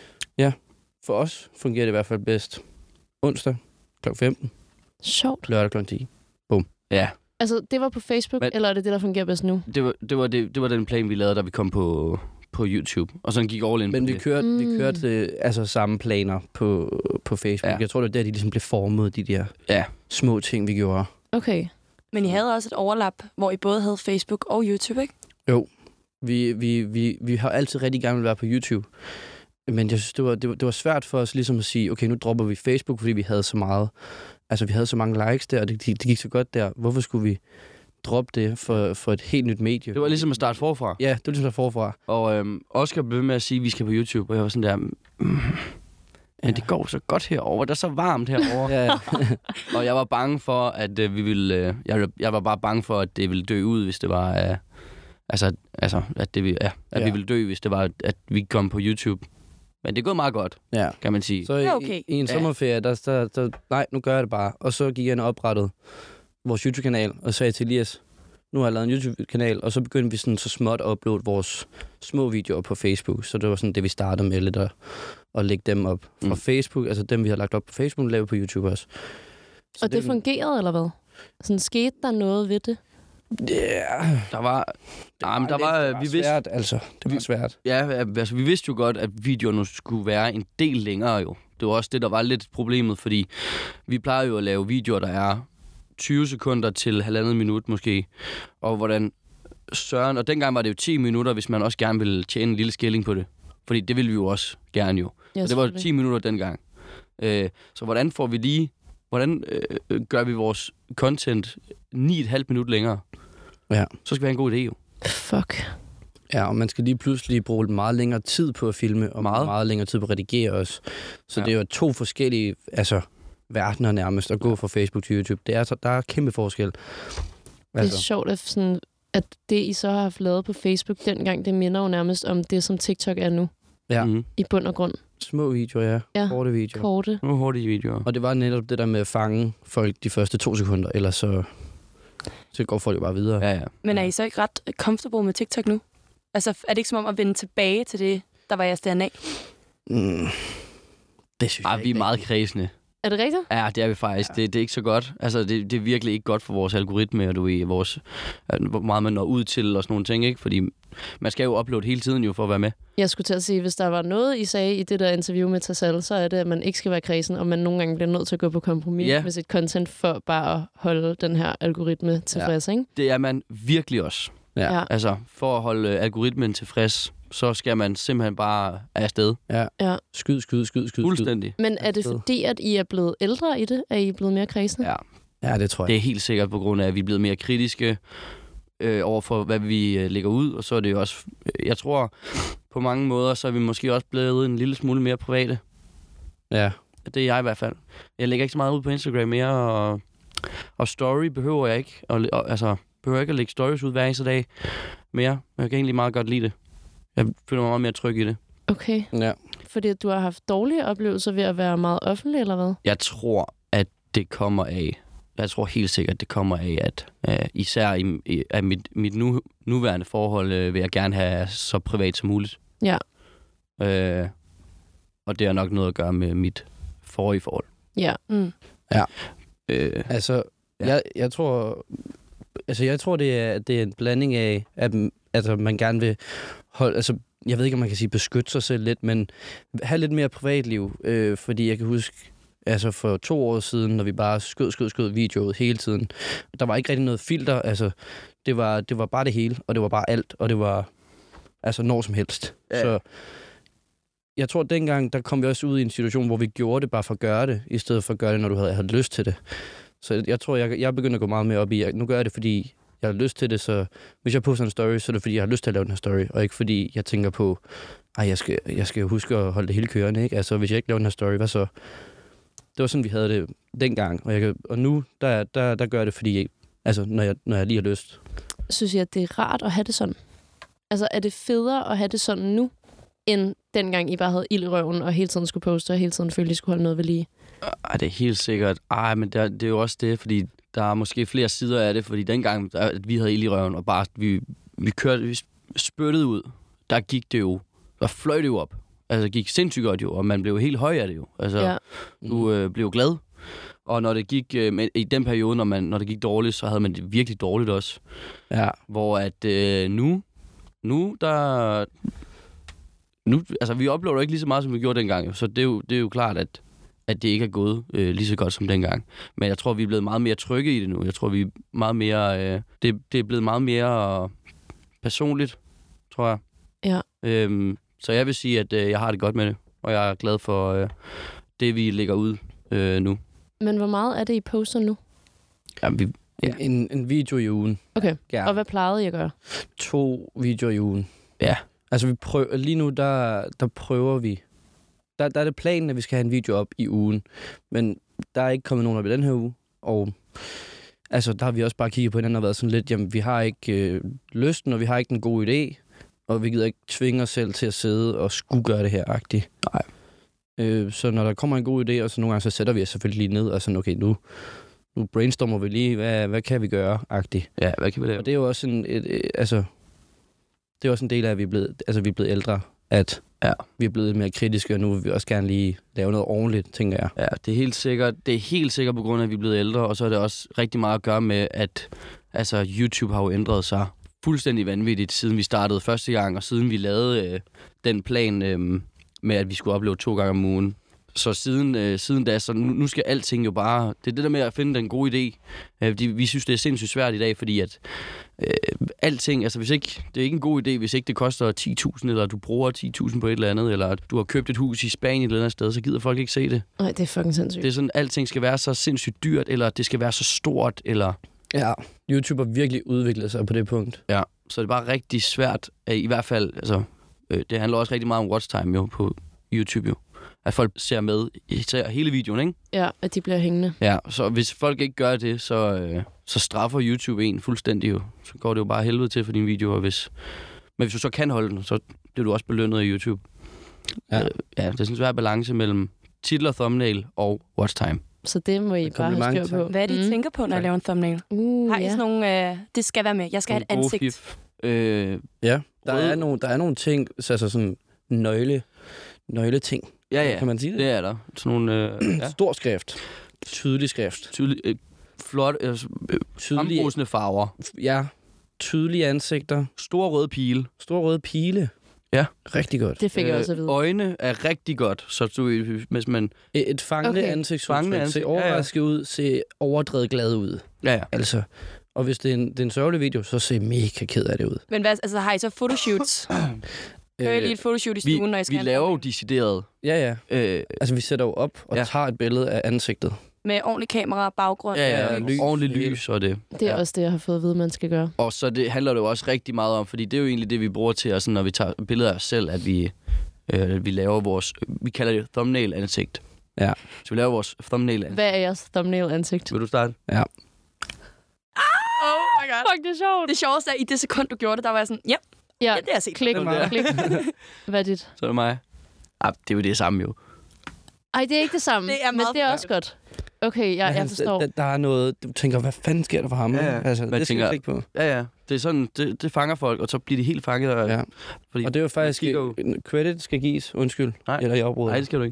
for os fungerer det i hvert fald bedst onsdag kl. 15. Sjovt. Lørdag kl. 10. Bum. Ja. Altså, det var på Facebook, eller er det det, der fungerer bedst nu? Det var den plan, vi lavede, da vi kom på YouTube. Og sådan gik all in. Men vi kørte samme planer på Facebook. Ja. Jeg tror, det var der, de ligesom blev formet, de der små ting, vi gjorde. Okay. Men I havde også et overlap, hvor I både havde Facebook og YouTube, ikke? Jo. Vi har altid rigtig gerne vil være på YouTube. Men jeg synes, det var svært for os ligesom at sige, okay, nu dropper vi Facebook, fordi vi havde så meget. Altså, vi havde så mange likes der, og det gik så godt der. Hvorfor skulle vi droppe det for et helt nyt medie? Det var ligesom at starte forfra. Ja, det var ligesom at starte forfra. Og Oscar blev med at sige, at vi skal på YouTube, og jeg var sådan der... Men det går så godt herover. Det er så varmt herover. Ja. Og jeg var bange for, at vi ville... Jeg var bare bange for, at det ville dø ud, hvis det var... vi ville dø, hvis det var, at vi kom på YouTube. Men det er gået meget godt, kan man sige. Så i en sommerferie, der nej, nu gør jeg det bare. Og så gik jeg ind og oprettede vores YouTube-kanal, og sagde til Elias, nu har jeg lavet en YouTube-kanal, og så begyndte vi sådan så småt at uploade vores små videoer på Facebook. Så det var sådan det, vi startede med lidt at lægge dem op fra Facebook. Altså dem, vi har lagt op på Facebook, laver på YouTube også. Så og det fungerede, eller hvad? Sådan skete der noget ved det? Ja, det var svært. Ja, altså vi vidste jo godt, at videoerne skulle være en del længere jo. Det var også det, der var lidt problemet, fordi vi plejer jo at lave videoer, der er 20 sekunder til 1,5 minut måske. Og hvordan Søren, og dengang var det jo 10 minutter, hvis man også gerne ville tjene en lille skilling på det. Fordi det ville vi jo også gerne jo. Ja, det var 10 minutter dengang. Så hvordan får vi lige... Hvordan gør vi vores content 9,5 minut længere? Ja. Så skal vi have en god idé jo. Fuck. Ja, og man skal lige pludselig bruge meget længere tid på at filme, og meget længere tid på at redigere også. Så det er jo 2 forskellige verdener nærmest, at gå fra Facebook til YouTube. Der er kæmpe forskel. Det er sjovt, at det, I så har haft lavet på Facebook dengang, det minder jo nærmest om det, som TikTok er nu. Ja. I bund og grund. Små videoer, ja. Korte videoer. Korte. Hurtige videoer. Og det var netop det der med at fange folk de første 2 sekunder, ellers så går folk jo bare videre. Ja. Men er I så ikke ret comfortable med TikTok nu? Altså, er det ikke som om at vende tilbage til det, der var jeres DNA? Det synes jeg vi er meget kredsende. Er det rigtigt? Ja, det er vi faktisk. Ja. Det er ikke så godt. Altså, det er virkelig ikke godt for vores algoritme, og hvor meget man når ud til og sådan nogle ting, ikke? Fordi man skal jo uploade hele tiden jo for at være med. Jeg skulle til at sige, hvis der var noget, I sagde i det der interview med Tassal, så er det, at man ikke skal være kræsen, og man nogle gange bliver nødt til at gå på kompromis med sit content for bare at holde den her algoritme tilfreds, ikke? Det er man virkelig også. Ja. Altså, for at holde algoritmen tilfreds, så skal man simpelthen bare afsted. Ja. Skyd. Fuldstændig. Men er det fordi, at I er blevet ældre i det? Er I blevet mere kredsende? Ja, det tror jeg. Det er helt sikkert på grund af, at vi er blevet mere kritiske over for, hvad vi lægger ud. Og så er det jo også, jeg tror, på mange måder, så er vi måske også blevet en lille smule mere private. Ja. Det er jeg i hvert fald. Jeg lægger ikke så meget ud på Instagram mere, og story behøver jeg ikke. Behøver ikke at lægge stories ud hver eneste dag mere. Jeg kan egentlig meget godt lide det. Jeg føler mig meget mere tryg i det. Okay. Ja. Fordi du har haft dårlige oplevelser ved at være meget offentlig, eller hvad? Jeg tror, at det kommer af... Jeg tror helt sikkert, det kommer af, at især i mit nuværende forhold vil jeg gerne have så privat som muligt. Ja. Og det har nok noget at gøre med mit forrige forhold. Ja. Ja. Jeg tror... jeg tror, det er en blanding af, at man gerne vil holde... Altså, jeg ved ikke, om man kan sige beskytte sig selv lidt, men have lidt mere privatliv. Fordi jeg kan huske, for 2 år siden, når vi bare skød videoet hele tiden, der var ikke rigtig noget filter. Altså, det var bare det hele, og det var bare alt, og det var når som helst. Ja. Så jeg tror, dengang, der kom vi også ud i en situation, hvor vi gjorde det bare for at gøre det, i stedet for at gøre det, når du havde lyst til det. Så jeg tror, jeg begynder at gå meget mere op i, nu gør jeg det, fordi jeg har lyst til det, så hvis jeg poster en story, så er det, fordi jeg har lyst til at lave den her story, og ikke fordi jeg tænker på, jeg skal huske at holde det hele kørende, ikke? Altså, hvis jeg ikke laver den her story, hvad så? Det var sådan, vi havde det dengang, og nu, der gør jeg det, fordi, når jeg lige har lyst. Synes jeg, at det er rart at have det sådan? Altså, er det federe at have det sådan nu, end dengang I bare havde ild i røven, og hele tiden skulle poste, og hele tiden følte, I skulle holde noget ved lige? Det er helt sikkert. Men det er jo også det, fordi der er måske flere sider af det, fordi dengang, at vi havde ild i røven, og bare vi spyttede ud, der gik det jo, der fløj det jo op. Altså, gik sindssygt godt jo, og man blev helt høj af det jo. Altså, du blev glad. Og når det gik, i den periode, når det gik dårligt, så havde man det virkelig dårligt også. Ja. Hvor at altså, vi uploader ikke lige så meget, som vi gjorde dengang. Jo. Så det er jo klart, at det ikke er gået lige så godt som dengang. Men jeg tror, vi er blevet meget mere trygge i det nu. Jeg tror, vi er meget mere... det er blevet meget mere personligt, tror jeg. Ja. Så jeg vil sige, at jeg har det godt med det. Og jeg er glad for det, vi lægger ud nu. Men hvor meget er det, I poster nu? Jamen, en video i ugen. Okay. Ja. Og hvad plejede I at gøre? 2 videoer i ugen. Ja. Altså, vi prøver, lige nu, der prøver vi. Der er det planen, at vi skal have en video op i ugen. Men der er ikke kommet nogen op i den her uge. Og der har vi også bare kigget på hinanden og været sådan lidt, jamen, vi har ikke lysten, og vi har ikke en god idé. Og vi gider ikke tvinge os selv til at sidde og skulle gøre det her-agtigt. Nej. Så når der kommer en god idé, og så nogle gange, så sætter vi os selvfølgelig lige ned, og sådan, okay, nu brainstormer vi lige, hvad kan vi gøre-agtigt. Ja, hvad kan vi lave? Og det er jo også det er også en del af, at vi er blevet ældre, at vi er blevet mere kritiske, og nu vil vi også gerne lige lave noget ordentligt, tænker jeg. Ja, det er helt sikkert på grund af, at vi er blevet ældre, og så er det også rigtig meget at gøre med, at YouTube har jo ændret sig fuldstændig vanvittigt, siden vi startede første gang, og siden vi lavede den plan med, at vi skulle uploade 2 gange om ugen. Så siden da, så nu skal alting jo bare... Det er det der med at finde den gode idé. Vi synes, det er sindssygt svært i dag, fordi at alting... Altså, hvis ikke... Det er ikke en god idé, hvis ikke det koster 10.000, eller du bruger 10.000 på et eller andet, eller du har købt et hus i Spanien et eller andet sted, så gider folk ikke se det. Nej, det er fucking sindssygt. Det er sådan, alting skal være så sindssygt dyrt, eller det skal være så stort, eller... Ja, YouTube har virkelig udviklet sig på det punkt. Ja, Så det er bare rigtig svært, at i hvert fald, altså, det handler også rigtig meget om watch time jo på YouTube jo. At folk ser med, ser hele videoen, ikke? Ja, at de bliver hængende. Ja, så hvis folk ikke gør det, så straffer YouTube en fuldstændig jo. Så går det jo bare helvede til for dine videoer, men hvis du så kan holde den, så bliver du også belønnet af YouTube. Ja, det er sådan en svær balance mellem titler, thumbnail og watch time. Så det må I bare have styr på. Hvad er det, I tænker på, når I laver en thumbnail? Har I sådan nogle, det skal være med, jeg skal have et ansigt? Ja, der er nogle ting, altså sådan nøgleting. Ja. Kan man sige det? Det er der. Sådan nogle, Stor skrift. Tydelig skrift. Flot, frembrusende farver. Ja, tydelige ansigter. Store røde pile. Ja. Rigtig godt. Det fik jeg også at vide. Øjne er rigtig godt, så hvis man... Et fangende ansigtsudtryk. Se overrasket ud, se overdrevet glad ud. Ja. Altså, og hvis det er en sørgelig video, så ser mega ked af det ud. Men hvad, altså, har I så photoshoots? Kører I lige et photoshoot i stuen, når I skal... Vi laver jo decideret. Ja. Altså, vi sætter jo op og tager et billede af ansigtet. Med ordentlig kamera, baggrund. Ja, ordentligt lys og det. Det er også det, jeg har fået at vide, man skal gøre. Og så det handler det jo også rigtig meget om, fordi det er jo egentlig det, vi bruger til, og sådan, når vi tager billeder af os selv, at vi laver vores... Vi kalder det thumbnail-ansigt. Ja. Så vi laver vores thumbnail-ansigt. Hvad er jeres thumbnail-ansigt? Vil du starte? Ja. Oh my god. Fuck, det er sjovt. Det sjoveste er, i det sekund, du gjorde det, der var jeg sådan, ja, det har jeg set. Klik. Hvad er dit? Så er det mig. Det er jo det samme jo. Ej, det er ikke det samme, men det er også godt. Okay, jeg forstår. Der er noget, du tænker, hvad fanden sker der for ham? Ja. Altså, det skal jeg ikke på. Ja. Det er sådan, det fanger folk, og så bliver de helt fanget. Fordi og det er jo faktisk, credit skal gives, undskyld. Nej. Eller jeg afbryder. Nej, det skal du ikke.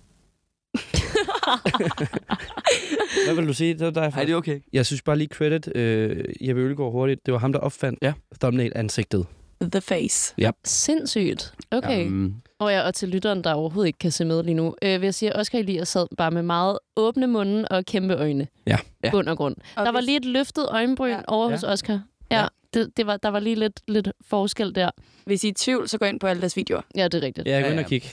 Hvad vil du sige? Det var dig. Nej, det er okay. Jeg synes bare lige credit, Jeppe Ølgaard hurtigt. Det var ham, der opfandt thumbnail-ansigtet. The face. Ja. Sindssygt. Okay. Og til lytteren, der overhovedet ikke kan se med lige nu, vil jeg sige, at Oscar Elias sad bare med meget åbne munden og kæmpe øjne. Ja. Bund og grund. Og der var lige et løftet øjenbryn over hos Oscar. Ja. Der var lige lidt forskel der. Hvis I er i tvivl, så gå ind på alle deres videoer. Ja, det er rigtigt. Ja, jeg går ind og kigge.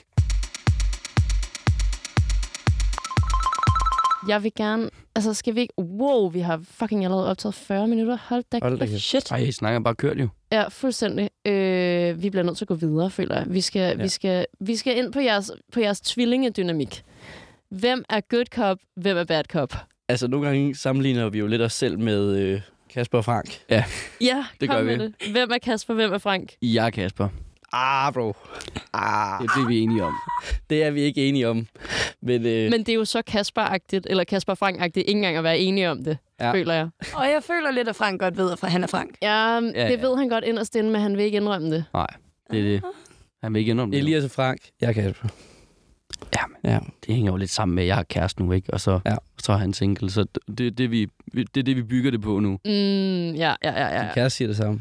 Jeg vil gerne... Altså, skal vi ikke... Wow, vi har fucking allerede optaget 40 minutter. Hold da kæft. Shit. Ej, I snakker bare kørt jo. Ja, fuldstændig. Vi bliver nødt til at gå videre, føler jeg. Vi skal ind på jeres tvillingedynamik. Hvem er good cop? Hvem er bad cop? Altså, nogle gange sammenligner vi jo lidt os selv med Kasper og Frank. Ja, det gør vi. Det. Hvem er Kasper? Hvem er Frank? Jeg er Kasper. Bro. Det er det, vi er enige om. Det er vi ikke enige om. Men det er jo så Kasper-agtigt, eller Kasper-Frank-agtigt, ikke engang at være enige om det, føler jeg. Og jeg føler lidt, at Frank godt ved, at han er Frank. Ja, det ved han godt inderst inde, men han vil ikke indrømme det. Nej, det er det. Han vil ikke indrømme det. Elias og Frank, jeg er Kasper. Ja, det hænger jo lidt sammen med, at jeg har kæreste nu, ikke? Og så er han single, så det er det, vi bygger det på nu. Ja. Din kæreste siger det samme.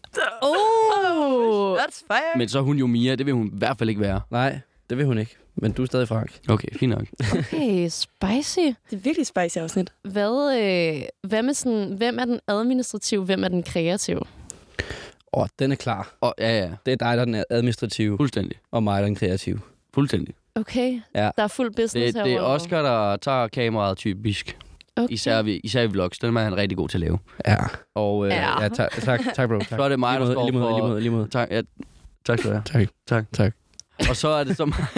That's fire. Men så er hun jo Mia, det vil hun i hvert fald ikke være. Nej, det vil hun ikke. Men du er stadig Frank. Okay, fint nok. Okay, spicy. Det er virkelig spicy afsnit. Hvem er den administrative, hvem er den kreative? Den er klar. Ja. Det er dig, der er den administrative. Fuldstændig. Og mig, der er den kreative. Fuldstændig. Okay, der er fuld business herovre. Det er Oscar, der tager kameraet typisk. Okay. Især i vlogs, den er han rigtig god til at lave. Ja. Og tak bro. Tak. Så er det mig, der står for... Lige mod. Tak, tak skal du have. Tak. Og så er det så mig...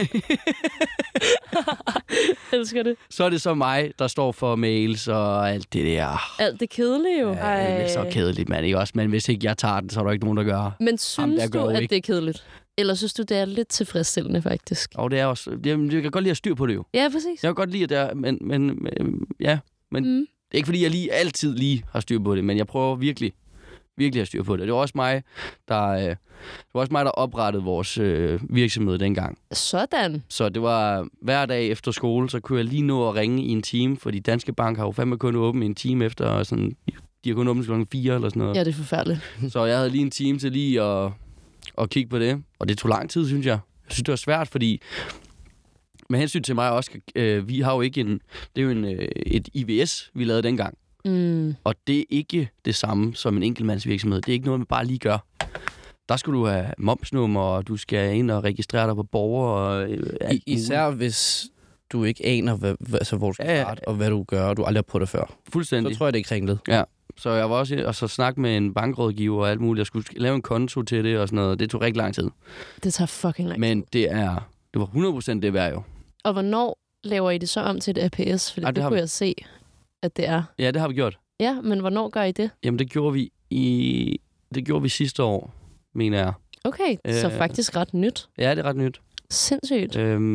Elsker det. Så er det så mig, der står for mails og alt det der. Alt det kedelige jo. Ja, det er så kedeligt, mand. Ikke også? Men hvis ikke jeg tager den, så er der ikke nogen, der gør. Men synes du, at det er kedeligt? Eller synes du, det er lidt tilfredsstillende, faktisk? Og det er også... Jeg kan godt lide at styre på det jo. Ja, præcis. Jeg kan godt lide, at det er... Men det er ikke, fordi jeg altid lige har styr på det, men jeg prøver virkelig at have styr på det. Det var også mig, der oprettede vores virksomhed dengang. Sådan. Så det var hver dag efter skole, så kunne jeg lige nå at ringe i en time, fordi Danske Bank har jo fandme kun åbent en time efter, og sådan, de har kun åbent kl. 4 eller sådan noget. Ja, det er forfærdeligt. Så jeg havde lige en time til lige at kigge på det, og det tog lang tid, synes jeg. Jeg synes, det var svært, fordi med hensyn til mig også, vi har jo ikke det er jo et IVS, vi lavede dengang. Og det er ikke det samme som en enkeltmandsvirksomhed. Det er ikke noget, man bare lige gør. Der skal du have momsnummer, og du skal ind og registrere dig på borgere. Især hvis du ikke aner, hvor du skal starte, og hvad du gør, og du aldrig har prøvet det før. Fuldstændig. Så tror jeg, det er kringlet. Ja. Så jeg var også og så snakke med en bankrådgiver og alt muligt. Jeg skulle lave en konto til det og sådan noget. Det tog rigtig lang tid. Det tager fucking lang tid. Men det var 100% det værd jo. Og hvornår laver I det så om til et APS? For det kunne jeg se, at det er. Ja, det har vi gjort. Ja, men hvornår gør I det? Jamen, det gjorde vi sidste år, mener jeg. Okay, så faktisk ret nyt. Ja, det er ret nyt. Sindssygt.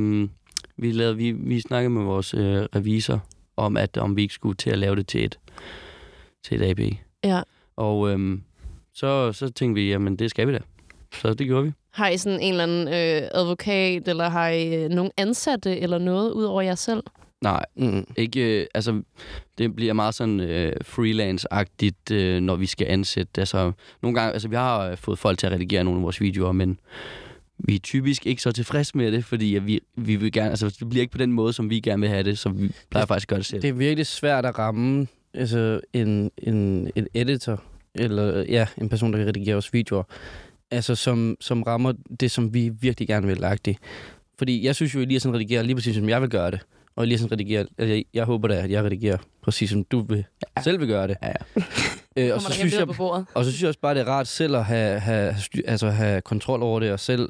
Vi snakkede med vores revisor om, om vi ikke skulle til at lave det til et AP. Ja. Og så tænkte vi, jamen det skal vi da. Så det gjorde vi. Har I sådan en eller anden advokat, eller har I nogen ansatte eller noget ud over jer selv? Nej, ikke. Altså, det bliver meget sådan freelance-agtigt, når vi skal ansætte. Altså, nogle gange, altså vi har fået folk til at redigere nogle af vores videoer, men vi er typisk ikke så tilfredse med det, fordi at vi vil gerne, altså det bliver ikke på den måde, som vi gerne vil have det, så vi plejer faktisk at gøre det selv. Det er virkelig svært at ramme altså en editor, eller en person, der kan redigere vores videoer, altså som rammer det, som vi virkelig gerne vil lagtigt. Fordi jeg synes jo, at Eliasen redigerer lige præcis, som jeg vil gøre det. Og Eliasen redigerer, altså jeg håber da, at jeg redigerer præcis, som du selv vil gøre det. Ja. Og så synes jeg også bare, det er rart selv at have kontrol over det, og selv,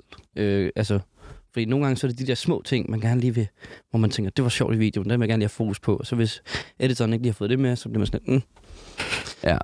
fordi nogle gange så er det de der små ting, man gerne lige vil, hvor man tænker, det var sjovt i videoen, den vil jeg gerne lige have fokus på. Så hvis editoren ikke lige har fået det med, så bliver man sådan, Ja,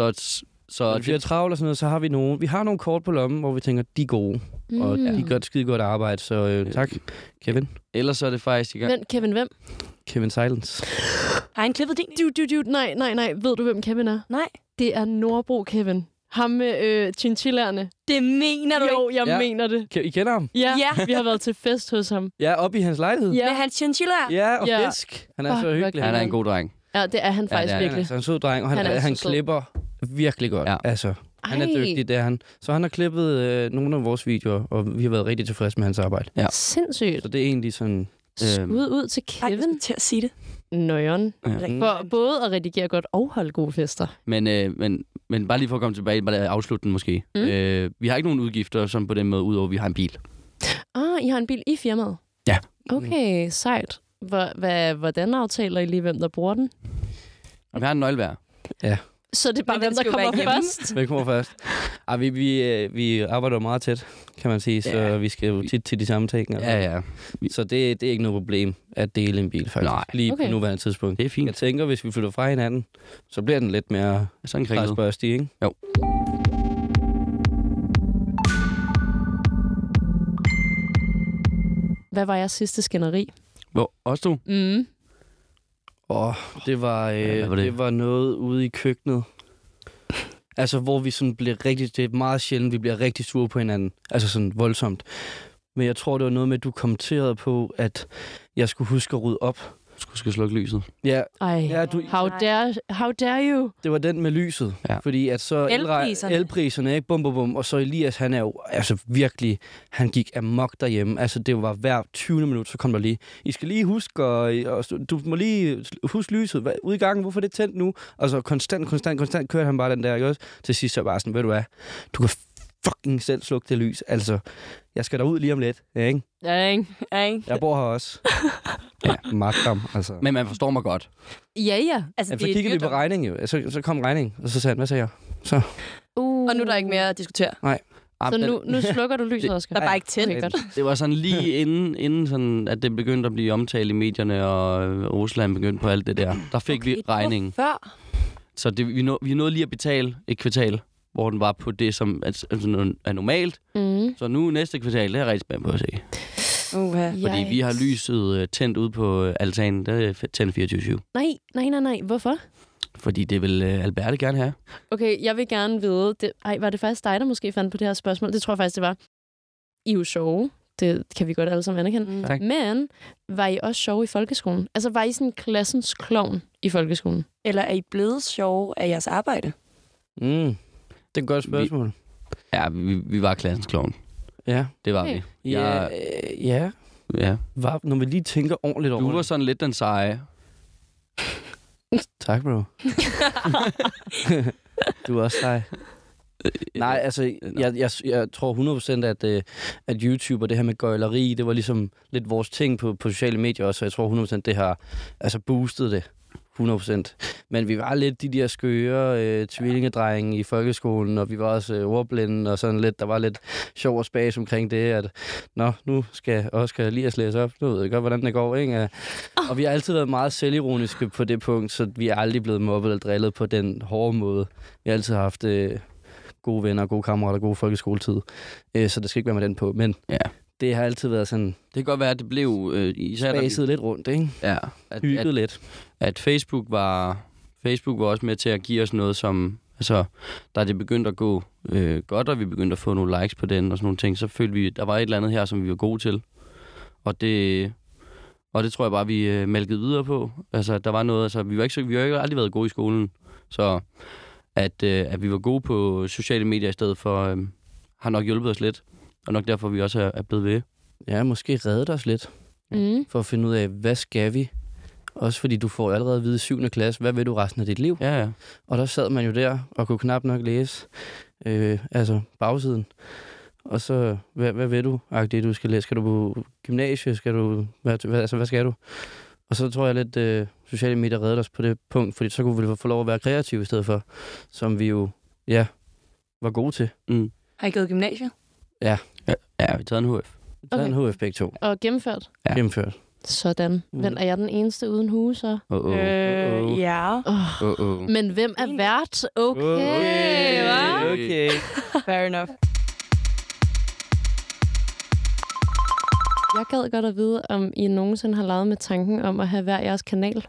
så hvis vi er travlt og sådan noget, så har vi har nogle kort på lommen, hvor vi tænker, de er gode, og de gør et skide godt arbejde, så tak, Kevin. Ellers så er det faktisk... Kevin hvem? Kevin Silence. Har han klippet din? Dude, nej. Ved du, hvem Kevin er? Nej. Det er Nordbro Kevin. Ham med chinchillaerne. Det mener du jo, ikke? Jeg mener det. I kender ham? Ja, vi har været til fest hos ham. Ja, oppe i hans lejlighed. Ja. Med hans chinchillaer? Ja, og fisk. Han er så hyggelig. Han er en god dreng. Ja, det er han faktisk virkelig. Han er en sød dreng, og han klipper virkelig godt. Ja. Altså, han er dygtig, det er han. Så han har klippet nogle af vores videoer, og vi har været rigtig tilfredse med hans arbejde. Ja. Sindssygt. Så det er egentlig sådan... Skud ud til Kevin. Jeg til at sige det. Nøjeren. Ja. For både at redigere godt og holde gode fester. Men bare lige for at komme tilbage, bare afslutte den måske. Vi har ikke nogen udgifter som på den måde, udover vi har en bil. I har en bil i firmaet? Ja. Okay, sejt. Hvordan aftaler I lige, hvem der bruger den? Og vi har en nøgle hver. Ja. Så det er bare, hvem der kommer først? Hvem kommer først? Vi arbejder meget tæt, kan man sige, så vi skal jo tit til de samme ting. Ja. Så det er ikke noget problem at dele en bil, faktisk. Nej. Lige på nuværende tidspunkt. Det er fint. Jeg tænker, hvis vi flytter fra hinanden, så bliver den lidt mere græsbørstig, ikke? Jo. Hvad var jeres sidste skænderi? Hvor? Også du? Det var noget ude i køkkenet. Altså, hvor vi sådan bliver rigtig... Det er meget sjældent, vi bliver rigtig sure på hinanden. Altså sådan voldsomt. Men jeg tror, det var noget med, at du kommenterede på, at jeg skulle huske at rydde op. Du skal slukke lyset. Ja. How dare you? Det var den med lyset. Ja. Fordi at så... Elpriserne, ikke? Bum. Og så Elias, han er jo altså virkelig... Han gik amok derhjemme. Altså, det var hver 20. minut, så kom der lige... I skal lige huske, og du må lige huske lyset. Ude i gangen, hvorfor er det tændt nu? Og så konstant kørte han bare den der, ikke også? Til sidst så bare sådan, ved du hvad? Du kan fucking selv slukke det lys. Altså, jeg skal derud lige om lidt. Ja, ikke? Ja, ikke? Jeg bor her også. Ja, magtdom, altså. Men man forstår mig godt. Ja. Altså, så kiggede vi på regningen jo. Så kom regningen, og så sagde han, hvad sagde jeg? Så. Og nu er der ikke mere at diskutere. Nej. Så nu slukker du lyset, Oscar? Der er bare ikke tændt. Okay, det var sådan lige inden sådan, at det begyndte at blive omtalt i medierne, og Rusland begyndte på alt det der. Der fik vi regningen. Før? Så vi nåede lige at betale et kvartal, hvor den var på det, som er normalt. Så nu næste kvartal, det er jeg rigtig spændt på at se. Fordi vi har lyset tændt ud på altanen. Det er tændt 24/7. Nej. Hvorfor? Fordi det vil Alberte gerne have. Okay, jeg vil gerne vide... var det faktisk dig, der måske fandt på det her spørgsmål? Det tror jeg faktisk, det var. I er jo sjove. Det kan vi godt alle sammen anerkende. Men var I også sjove i folkeskolen? Altså, var I sådan klassens klovn i folkeskolen? Eller er I blevet sjove af jeres arbejde? Det er et godt spørgsmål. Vi var klassens klovn. Ja. Det var vi. Ja. Når vi lige tænker ordentligt over det. Du var sådan lidt den seje. Tak, bro. Du er også sej. Nej, altså, jeg tror 100%, at YouTube og det her med gøjleri, det var ligesom lidt vores ting på sociale medier også, og jeg tror 100%, det har altså boostet det. 100%. Men vi var lidt de der skøre tvillingedrenge i folkeskolen, og vi var også ordblinde og sådan lidt. Der var lidt sjov og spas omkring det, at nu skal Oscar Elias læse op. Nu ved jeg godt, hvordan det går, ikke? Og vi har altid været meget selvironiske på det punkt, så vi er aldrig blevet mobbet eller drillet på den hårde måde. Vi har altid haft gode venner, gode kammerater, gode folkeskoletid. Så det skal ikke være med den på. Men det har altid været sådan... Det kan godt være, at det blev... spaset lidt rundt, ikke? Ja. Hygget lidt. At Facebook var også med til at give os noget, som... Altså, da det begyndte at gå godt, og vi begyndte at få nogle likes på den og sådan nogle ting, så følte vi, der var et eller andet her, som vi var gode til. Og det tror jeg bare, vi mælkede videre på. Altså, der var noget... Altså, vi har ikke aldrig været gode i skolen. Så at vi var gode på sociale medier i stedet for, har nok hjulpet os lidt. Og nok derfor, vi også er blevet ved. Ja, måske reddet os lidt. For at finde ud af, hvad skal vi? Også fordi du får allerede at vide i 7. klasse, hvad vil du resten af dit liv? Ja. Og der sad man jo der og kunne knap nok læse bagsiden. Og så, hvad vil du, Agdi, du skal læse? Skal du på gymnasie? Hvad skal du? Og så tror jeg lidt, sociale medier reddede os på det punkt, fordi så kunne vi få lov at være kreative i stedet for, som vi jo, var gode til. Har I gået gymnasiet? Ja. Ja, vi tager en HF. Vi tager en HF begge to. Og gennemført? Ja. Gennemført. Sådan. Men er jeg den eneste uden hue, så? Ja. Men hvem er vært? Okay. Fair enough. Jeg gad godt at vide, om I nogensinde har leget med tanken om at have hver jeres kanal.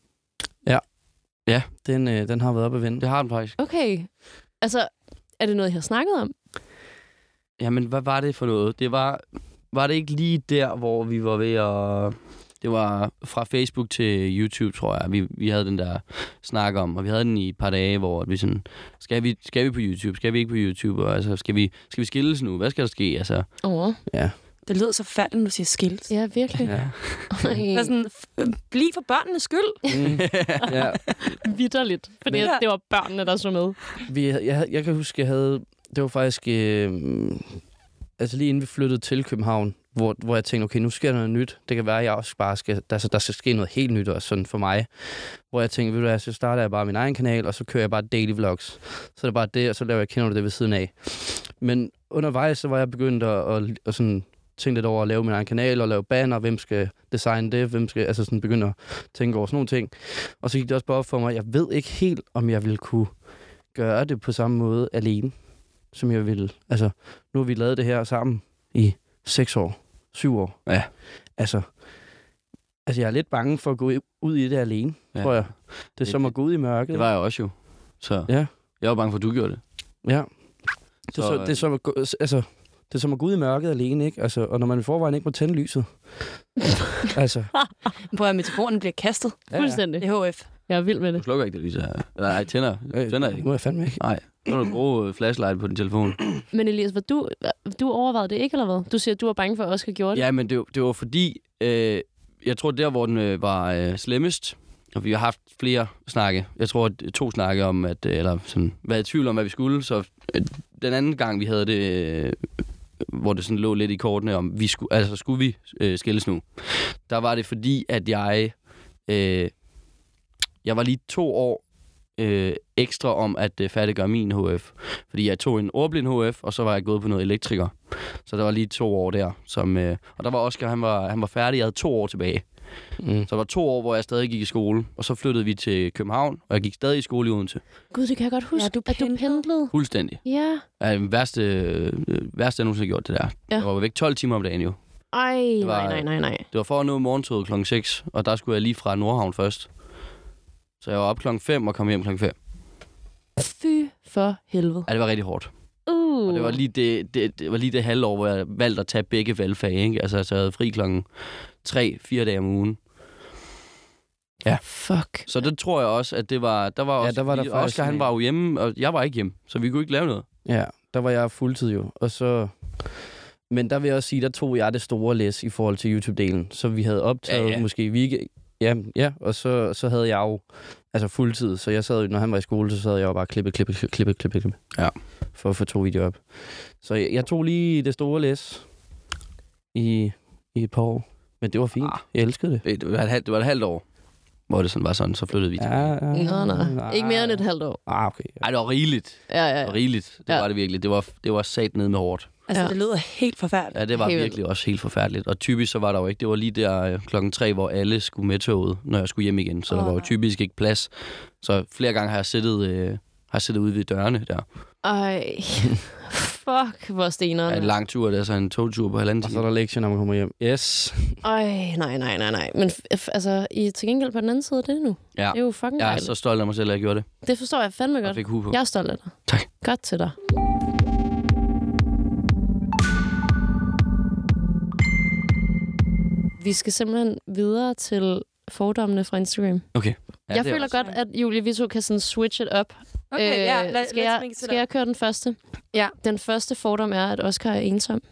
Ja, den har været op at vende. Det har den faktisk. Okay. Altså, er det noget, I har snakket om? Jamen, hvad var det for noget? Det var det ikke lige der, hvor vi var ved at... Det var fra Facebook til YouTube, tror jeg. Vi havde den der snak om, og vi havde den i et par dage, hvor vi sådan... Skal vi på YouTube? Skal vi ikke på YouTube? Og, altså, skal vi skilles nu? Hvad skal der ske? Altså... Ja. Det lyder så færdigt, når du siger skilles. Ja, virkelig. Ja. Det er sådan, bliv for børnenes skyld. Ja. Vitterligt. Fordi det var børnene, der så med. Jeg kan huske, det var faktisk... altså lige inden vi flyttede til København, hvor jeg tænkte, okay, nu sker der noget nyt. Det kan være, at jeg også bare skal... Der skal ske noget helt nyt også, sådan for mig. Hvor jeg tænkte, ved du hvad, så starter jeg bare min egen kanal, og så kører jeg bare daily vlogs. Så er det bare det, og så laver jeg Kender du det ved siden af. Men undervejs, så var jeg begyndt at sådan tænke lidt over at lave min egen kanal, og lave banner, hvem skal designe det, hvem skal... Altså sådan begynde at tænke over sådan nogle ting. Og så gik det også bare op for mig, jeg ved ikke helt, om jeg ville kunne gøre det på samme måde alene, som jeg ville. Altså, nu har vi lavet det her sammen i 6 år, 7 år. Ja. Altså, jeg er lidt bange for at gå ud i det alene, tror jeg. Det er som at gå ud i mørket. Det var jeg også jo. Så ja. Jeg var bange for, at du gjorde det. Ja. Det er som at gå ud i mørket alene, ikke? Altså, og når man i forvejen ikke må tænde lyset. Altså. Prøv at meteforen bliver kastet. Fuldstændig. Det er HF. Jeg er vild med det. Du slukker ikke det, Lisa. Nej, tænder ikke. Nu er jeg fandme ikke. Nej, så må du bruge flashlight på din telefon. Men Elias, du overvejede det ikke, eller hvad? Du siger, at du var bange for, at Oscar gjorde det. Ja, men det var fordi, jeg tror, der hvor den var slemmest, og vi har haft flere snakke. Jeg tror, 2 snakke om, eller sådan, været i tvivl om, hvad vi skulle. Så den anden gang, vi havde det, hvor det sådan lå lidt i kortene, om skulle vi skilles nu. Der var det fordi, at jeg var lige 2 år ekstra om at færdiggøre min HF. Fordi jeg tog en ordblind HF, og så var jeg gået på noget elektriker. Så der var lige 2 år der. Og der var Oscar, han var færdig. Jeg havde 2 år tilbage. Så der var 2 år, hvor jeg stadig gik i skole. Og så flyttede vi til København, og jeg gik stadig i skole i Odense. Gud, det kan jeg godt huske, at du pendlede. Fuldstændig. Ja. Det værste, jeg nogensinde har gjort det der. Ja. Jeg var væk 12 timer om dagen jo. Ej, nej. Det var for at nå morgentoget klokken 6, og der skulle jeg lige fra Nordhavn først. Så jeg var op klokken 5 og kom hjem klokken 5. Fy for helvede. Ja, det var rigtig hårdt. Og det var lige det halvår, hvor jeg valgte at tage begge valgfag, ikke? Altså, så jeg havde fri klokken 3-4 dage om ugen. Ja. Fuck. Så det tror jeg også, at det var... Der var også, Oscar, han var jo hjemme, og jeg var ikke hjemme, så vi kunne ikke lave noget. Ja, der var jeg fuldtid jo. Og så... Men der vil jeg også sige, der tog jeg det store læs i forhold til YouTube-delen. Så vi havde optaget måske weekend... Ja, og så havde jeg jo altså fuldtid, så jeg sad jo, når han var i skole, så sad jeg jo bare klippe. Ja. For at få 2 videoer op. Så jeg tog lige det store læs i et par år. Men det var fint. Jeg elskede det. Det var et halvt år, hvor det sådan var sådan, så flyttede vi til. Nej. Ikke mere end et halvt år. Okay. Ej, det var rigeligt. Ja. Det var rigeligt. Det var det virkelig. Det var sat ned med hårdt. Altså, det lyder helt forfærdeligt. Ja, det var virkelig også helt forfærdeligt. Og typisk så var der jo ikke, det var lige der 3:00, hvor alle skulle med toget, når jeg skulle hjem igen. Så der var jo typisk ikke plads. Så flere gange har jeg siddet ude ved dørene der. Ej, fuck, hvor stenerne. Ja, en lang tur, det er så en togtur på 1,5 time. Og så er der lektier, når man kommer hjem. Yes. Ej, nej. Men altså, I er til gengæld på den anden side af det nu. Ja. Det er jo fucking Jeg er dejligt. så stolt af mig selv, at jeg gjorde det. Det forstår jeg fandme godt. Jeg fik hue på. Jeg er stolt af dig. Tak. Godt til dig. Vi skal simpelthen videre til fordommene fra Instagram. Okay. Ja, Jeg føler godt, at Julie, vi to kan sådan switch it up. Okay, ja. Skal jeg køre den første? Ja. Den første fordom er, at Oscar er ensom.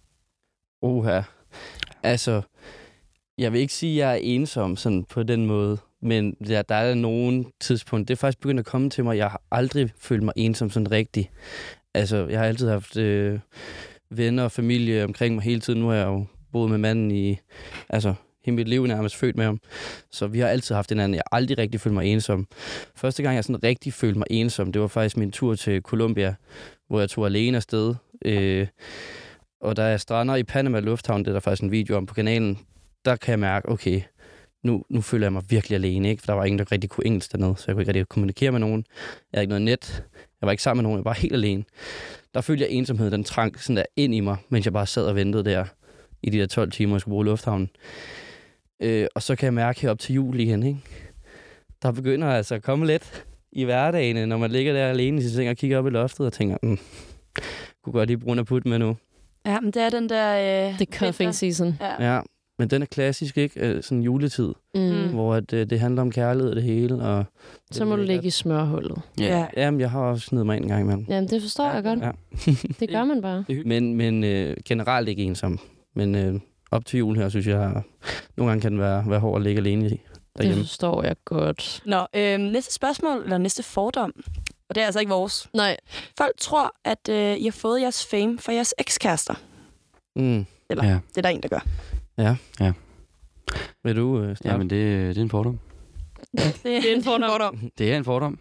Altså, jeg vil ikke sige, at jeg er ensom sådan på den måde, men der er nogen tidspunkt. Det er faktisk begyndt at komme til mig. Jeg har aldrig følt mig ensom sådan rigtigt. Altså, jeg har altid haft venner og familie omkring mig hele tiden. Nu har jeg jo boet med manden i hele mit liv, nærmest født med ham. Så vi har altid haft hinanden. Jeg har aldrig rigtig følt mig ensom. Første gang, jeg sådan rigtig følte mig ensom, det var faktisk min tur til Colombia, hvor jeg tog alene afsted. Og da jeg strander i Panama Lufthavn, det er der faktisk en video om på kanalen, der kan jeg mærke, okay, nu føler jeg mig virkelig alene, ikke? For der var ingen, der rigtig kunne engelsk dernede, så jeg kunne ikke rigtig kommunikere med nogen. Jeg havde ikke noget net. Jeg var ikke sammen med nogen, jeg var helt alene. Der følte jeg ensomheden, den trang sådan der ind i mig, mens jeg bare sad og ventede der i de der 12 timer, jeg skulle bruge lufthavnen. Og så kan jeg mærke her op til jul igen, ikke? Der begynder altså at komme lidt i hverdagen, når man ligger der alene i sin seng og kigger op i loftet og tænker, kunne godt lige bruge en put med nu. Ja, men det er den der... The cuffing season. Ja, men den er klassisk, ikke? Sådan juletid, hvor det handler om kærlighed og det hele. Og så må du ligge i smørhullet. Ja. Jamen, jeg har også snedet mig ind en gang imellem. Jamen, det forstår jeg godt. Ja. Det gør man bare. Men generelt ikke ensom. Men op til jul her, synes jeg, nogle gange kan den være hård at ligge alene i derhjemme. Det forstår jeg godt. Nå, næste spørgsmål, eller næste fordom, og det er altså ikke vores. Nej. Folk tror, at I har fået jeres fame fra jeres ekskærester. Eller, det er der en, der gør. Ja. Vil du starte? Jamen, det er en fordom. Det er en fordom. Det er en fordom.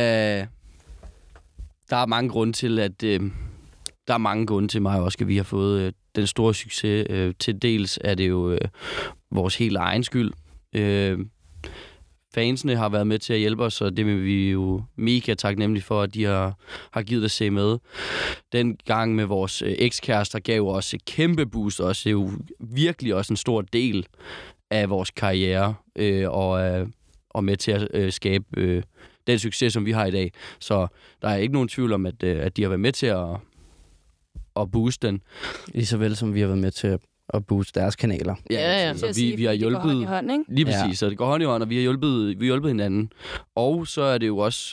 Der er mange grunde til, at... Der er mange grunde til mig også, at vi har fået den store succes. Til dels er det jo vores helt egen skyld. Fansene har været med til at hjælpe os, og det er vi jo mega taknemmelige for, at de har givet at se med. Den gang med vores ekskærester gav os et kæmpe boost også. Det er jo virkelig også en stor del af vores karriere, og med til at skabe den succes, som vi har i dag. Så der er ikke nogen tvivl om, at de har været med til at booste den. Lige så vel som vi har været med til at booste deres kanaler. Ja. Så vi har hjulpet... hånd i hånd, ikke? Lige præcis, så det går hånd i hånd, og vi har hjulpet hinanden. Og så er det jo også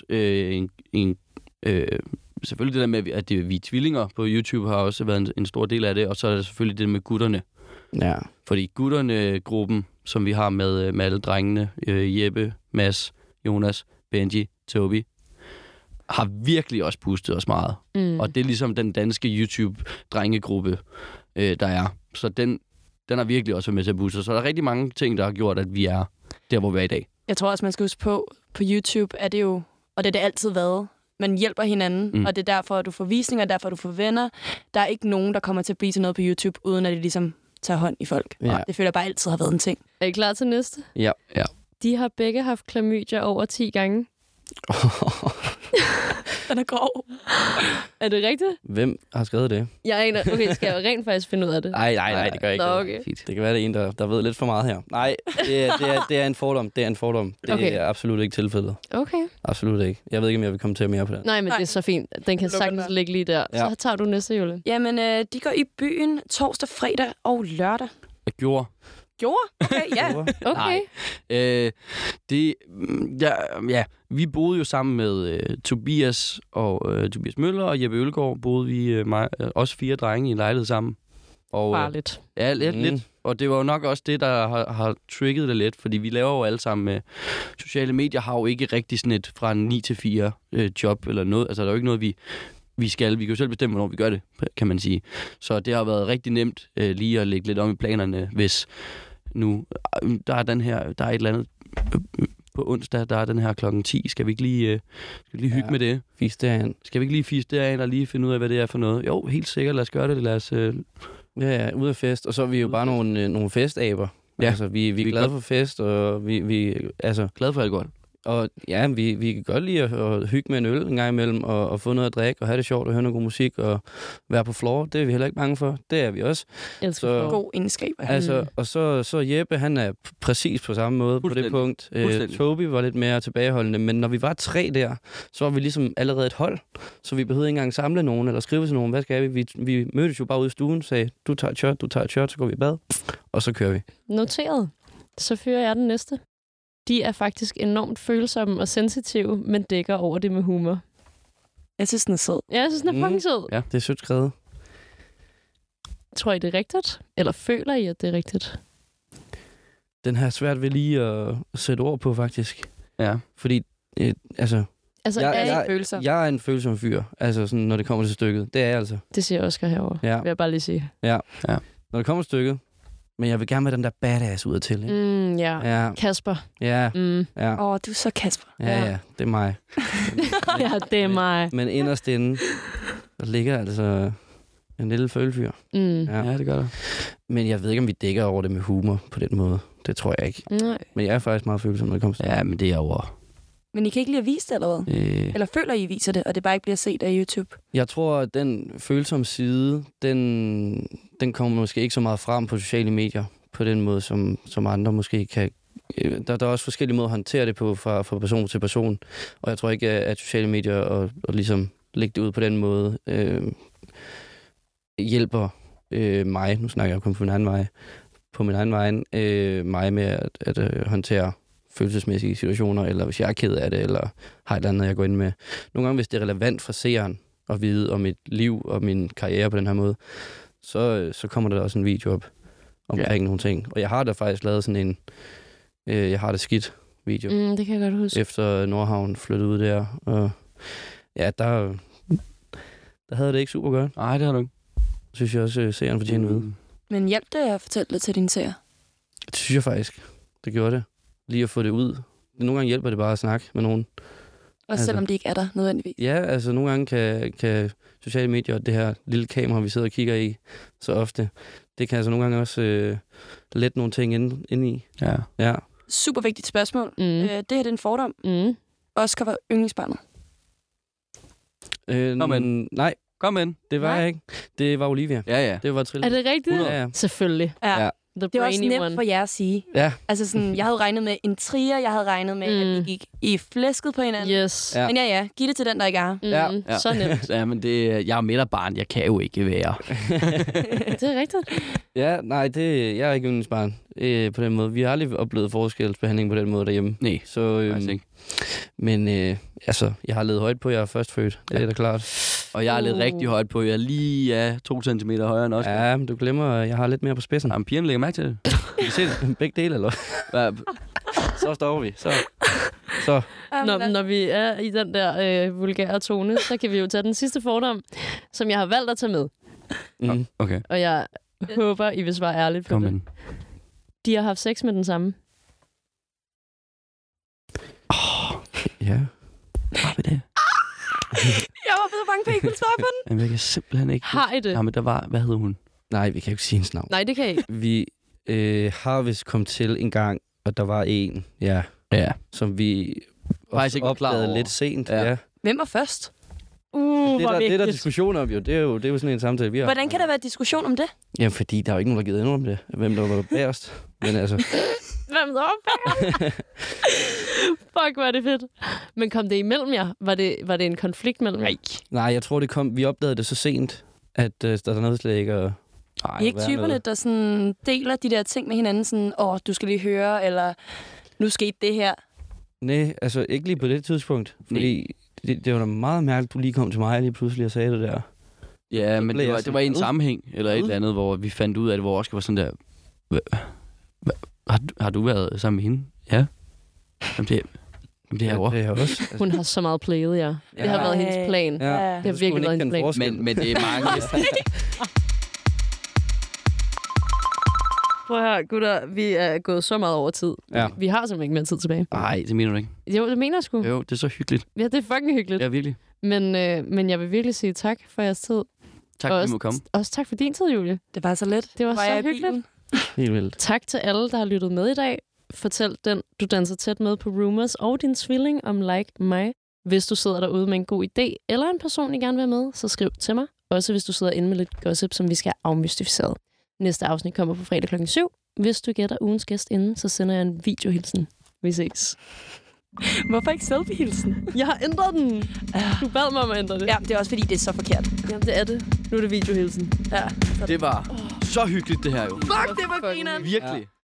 selvfølgelig det der med, at vi er tvillinger på YouTube, har også været en stor del af det. Og så er det selvfølgelig det med gutterne. Ja. Fordi gutterne-gruppen, som vi har med alle drengene, Jeppe, Mads, Jonas, Benji, Tobi, har virkelig også boostet os meget. Og det er ligesom den danske YouTube-drengegruppe, der er. Så den har virkelig også været med til at booste. Så der er rigtig mange ting, der har gjort, at vi er der, hvor vi er i dag. Jeg tror også, man skal huske på YouTube er det jo, og det har det altid været, man hjælper hinanden, og det er derfor, at du får visninger, derfor, at du får venner. Der er ikke nogen, der kommer til at blive til noget på YouTube, uden at de ligesom tager hånd i folk. Ja. Det føler jeg bare altid har været en ting. Er I klar til næste? Ja. De har begge haft klamydia over 10 gange. Den er grov. Er det rigtigt? Hvem har skrevet det? Okay, skal jeg rent faktisk finde ud af det? Nej, det gør jeg ikke. Nå, okay. Det kan være, det er en, der ved lidt for meget her. Nej, det er en fordom. Det er en fordom. Det er absolut ikke tilfældet. Okay. Absolut ikke. Jeg ved ikke, om jeg vil komme til mere på det. Nej, men det er så fint. Den kan sagtens ligge lige der. Ja. Så tager du næste, Julie. Jamen, de går i byen torsdag, fredag og lørdag. Jeg gjorde. Okay, ja. Okay. Vi boede jo sammen med Tobias Møller og Jeppe Ølgaard, boede vi også 4 drenge i en lejlighed sammen. Og, farligt. Ja, lidt. Og det var jo nok også det, der har trigget det lidt, fordi vi laver jo alle sammen med sociale medier, har jo ikke rigtig sådan et fra 9 til 4 job eller noget. Altså, der er jo ikke noget, vi skal. Vi kan jo selv bestemme, hvornår vi gør det, kan man sige. Så det har været rigtig nemt lige at lægge lidt om i planerne, hvis nu der er et eller andet på onsdag, der er den her klokken 10. Skal vi ikke lige hygge med det? Fis derind. Skal vi ikke lige fise derind og lige finde ud af, hvad det er for noget? Jo, helt sikkert. Lad os gøre det. Lad os... Ja, ud af fest. Og så er vi jo bare nogle festaber. Ja. Altså, vi er glade for fest, og vi altså... Glade for alkohol. Og ja, vi kan godt lide at hygge med en øl en gang imellem, og få noget at drikke, og have det sjovt, og høre noget god musik, og være på floor. Det er vi heller ikke bange for. Det er vi også. Så god egenskab. Altså, og så Jeppe, han er præcis på samme måde på det punkt. Toby var lidt mere tilbageholdende, men når vi var 3 der, så var vi ligesom allerede et hold, så vi behøvede ikke engang samle nogen, eller skrive til nogen. Hvad skal vi? Vi mødtes jo bare ude i stuen, sagde, du tager et shot, så går vi i bad, og så kører vi. Noteret. Så fører jeg den næste. De er faktisk enormt følsomme og sensitive, men dækker over det med humor. Jeg synes, den er sød. Ja, jeg synes, den er fucking sød. Ja, det er sødt skrevet. Tror I, det er rigtigt? Eller føler I, at det er rigtigt? Den har svært ved lige at sætte ord på, faktisk. Ja. Fordi, Altså, jeg er en følsom fyr, altså sådan, når det kommer til stykket. Det er jeg altså. Det siger Oscar herovre, vil jeg bare lige sige. Ja. Når det kommer til stykket. Men jeg vil gerne være den der badass ud af til, ikke? Ja. Kasper. Ja. Ja. Du er så Kasper. Ja, det er mig. Ja, det er mig. Men inderst inde, der ligger altså en lille følefyr. Ja, det gør det. Men jeg ved ikke, om vi dækker over det med humor på den måde. Det tror jeg ikke. Nej. Men jeg er faktisk meget følsom, når det kommer til. Ja, men det er over. Men I kan ikke lide at vise det, eller hvad? Eller føler I viser det, og det bare ikke bliver set af YouTube? Jeg tror, at den følsomme side, den kommer måske ikke så meget frem på sociale medier, på den måde, som andre måske kan. Der er også forskellige måder at håndtere det på fra person til person. Og jeg tror ikke, at sociale medier og ligesom lægge det ud på den måde hjælper mig. Nu snakker jeg kun på min egen vej. Mig med at håndtere følelsesmæssige situationer, eller hvis jeg er ked af det, eller har et eller andet, jeg går ind med. Nogle gange, hvis det er relevant for seeren at vide om mit liv og min karriere på den her måde, så kommer der også en video op omkring nogle ting. Og jeg har da faktisk lavet sådan en jeg har det skidt video. Det kan jeg godt huske. Efter Nordhavn flyttede ud der. Og ja, der havde det ikke super godt. Nej, det har du ikke. Synes jeg også, seeren fortjener at vide. Men hjælp det at fortælle det til dine seere? Det synes jeg faktisk. Det gjorde det. Lige at få det ud. Nogle gange hjælper det bare at snakke med nogen. Også selvom de ikke er der nødvendigvis. Ja, altså nogle gange kan sociale medier og det her lille kamera, vi sidder og kigger i så ofte, det kan altså nogle gange også lette nogle ting ind i. Ja. Super vigtigt spørgsmål. Det her det er en fordom. Oscar var yndlingsbarnet. Nej. Kom ind. Det var jeg ikke. Det var Olivia. Ja. Det var Trille. Er det rigtigt? Ja. Selvfølgelig. Ja. Det var også nemt for jer at sige. Ja. Altså sådan, jeg havde regnet med en trier, jeg havde regnet med, at vi gik i flæsket på hinanden. Yes. Ja. Men ja, giv det til den, der ikke er. Ja. Så nemt. Ja, men jeg er midterbarn, jeg kan jo ikke være. Det er rigtigt. Ja, nej, jeg er ikke yndlingsbarn på den måde. Vi har aldrig oplevet forskelsbehandling på den måde derhjemme. Nej, så ikke. Men altså, jeg har levet højt på, jeg er førstfødt. Det er da klart. Og jeg er lidt rigtig højt på. Jeg er lige 2 centimeter højere end Oscar. Ja, men du glemmer, at jeg har lidt mere på spidsen. Jamen, pigerne lægger mærke til det. Kan du se det? Begge dele, eller Så står vi. Så. Når vi er i den der vulgære tone, så kan vi jo tage den sidste fordom, som jeg har valgt at tage med. Okay. Og jeg håber, I vil svare ærligt på det. De har haft sex med den samme. Ja. Har vi det? Jeg var blevet bange for, at I ikke ville svare på den. Jamen, jeg kan simpelthen ikke. Har I det? Jamen, der var... Hvad hed hun? Nej, vi kan jo ikke sige hendes navn. Nej, det kan I ikke. Vi har vist kommet til en gang, og der var en, som vi også opdagede lidt sent. Ja. Hvem var først? Det er der diskussion om jo. Det er jo sådan en samtale, vi har. Hvordan kan der være diskussion om det? Jamen, fordi der er jo ikke nogen, der givet endnu om det. Hvem der var bagerst. Men altså... Hvem der var bagerst? Fuck, hvor er det fedt. Men kom det imellem jer? Var det en konflikt mellem jer? Nej, jeg tror, vi opdagede det så sent, at der er noget slet ikke at... I er ikke typerne, der sådan deler de der ting med hinanden, sådan, du skal lige høre, eller nu skete det her? Nej, altså ikke lige på det tidspunkt, fordi det var da meget mærkeligt, du lige kom til mig lige pludselig og sagde det der. Ja, men det var en sammenhæng, eller et eller andet, hvor vi fandt ud af det, hvor Oscar var sådan der... Har du været sammen med hende? Ja. Jamen, det er jo det er også. Altså. Hun har så meget playet, ja. Det har været hendes plan. Ja. Det har virkelig været hendes plan. Men det er mange... Prøv at høre, gutter, vi er gået så meget over tid. Ja. Vi har simpelthen ikke mere tid tilbage. Nej, det mener du ikke. Jo, det mener jeg sgu. Jo, det er så hyggeligt. Ja, det er fucking hyggeligt. Ja, virkelig. Men jeg vil virkelig sige tak for jeres tid. Tak, fordi du må komme. Også tak for din tid, Julie. Det var så let. Det var så hyggeligt. Helt vildt. Tak til alle, der har lyttet med i dag. Fortæl den, du danser tæt med på Rumors og din tvilling om Like mig. Hvis du sidder derude med en god idé, eller en person, I gerne vil have med, så skriv til mig. Også hvis du sidder inde med lidt gossip, som vi skal have afmystificeret. Næste afsnit kommer på fredag kl. 7. Hvis du gætter ugens gæst inden, så sender jeg en videohilsen. Vi ses. Hvorfor ikke selfie-hilsen? Jeg har ændret den. Du bad mig om at ændre det. Ja, det er også fordi, det er så forkert. Jamen, det er det. Nu er det videohilsen. Ja. Det var så hyggeligt, det her jo. Fuck, det var grineren. Virkelig.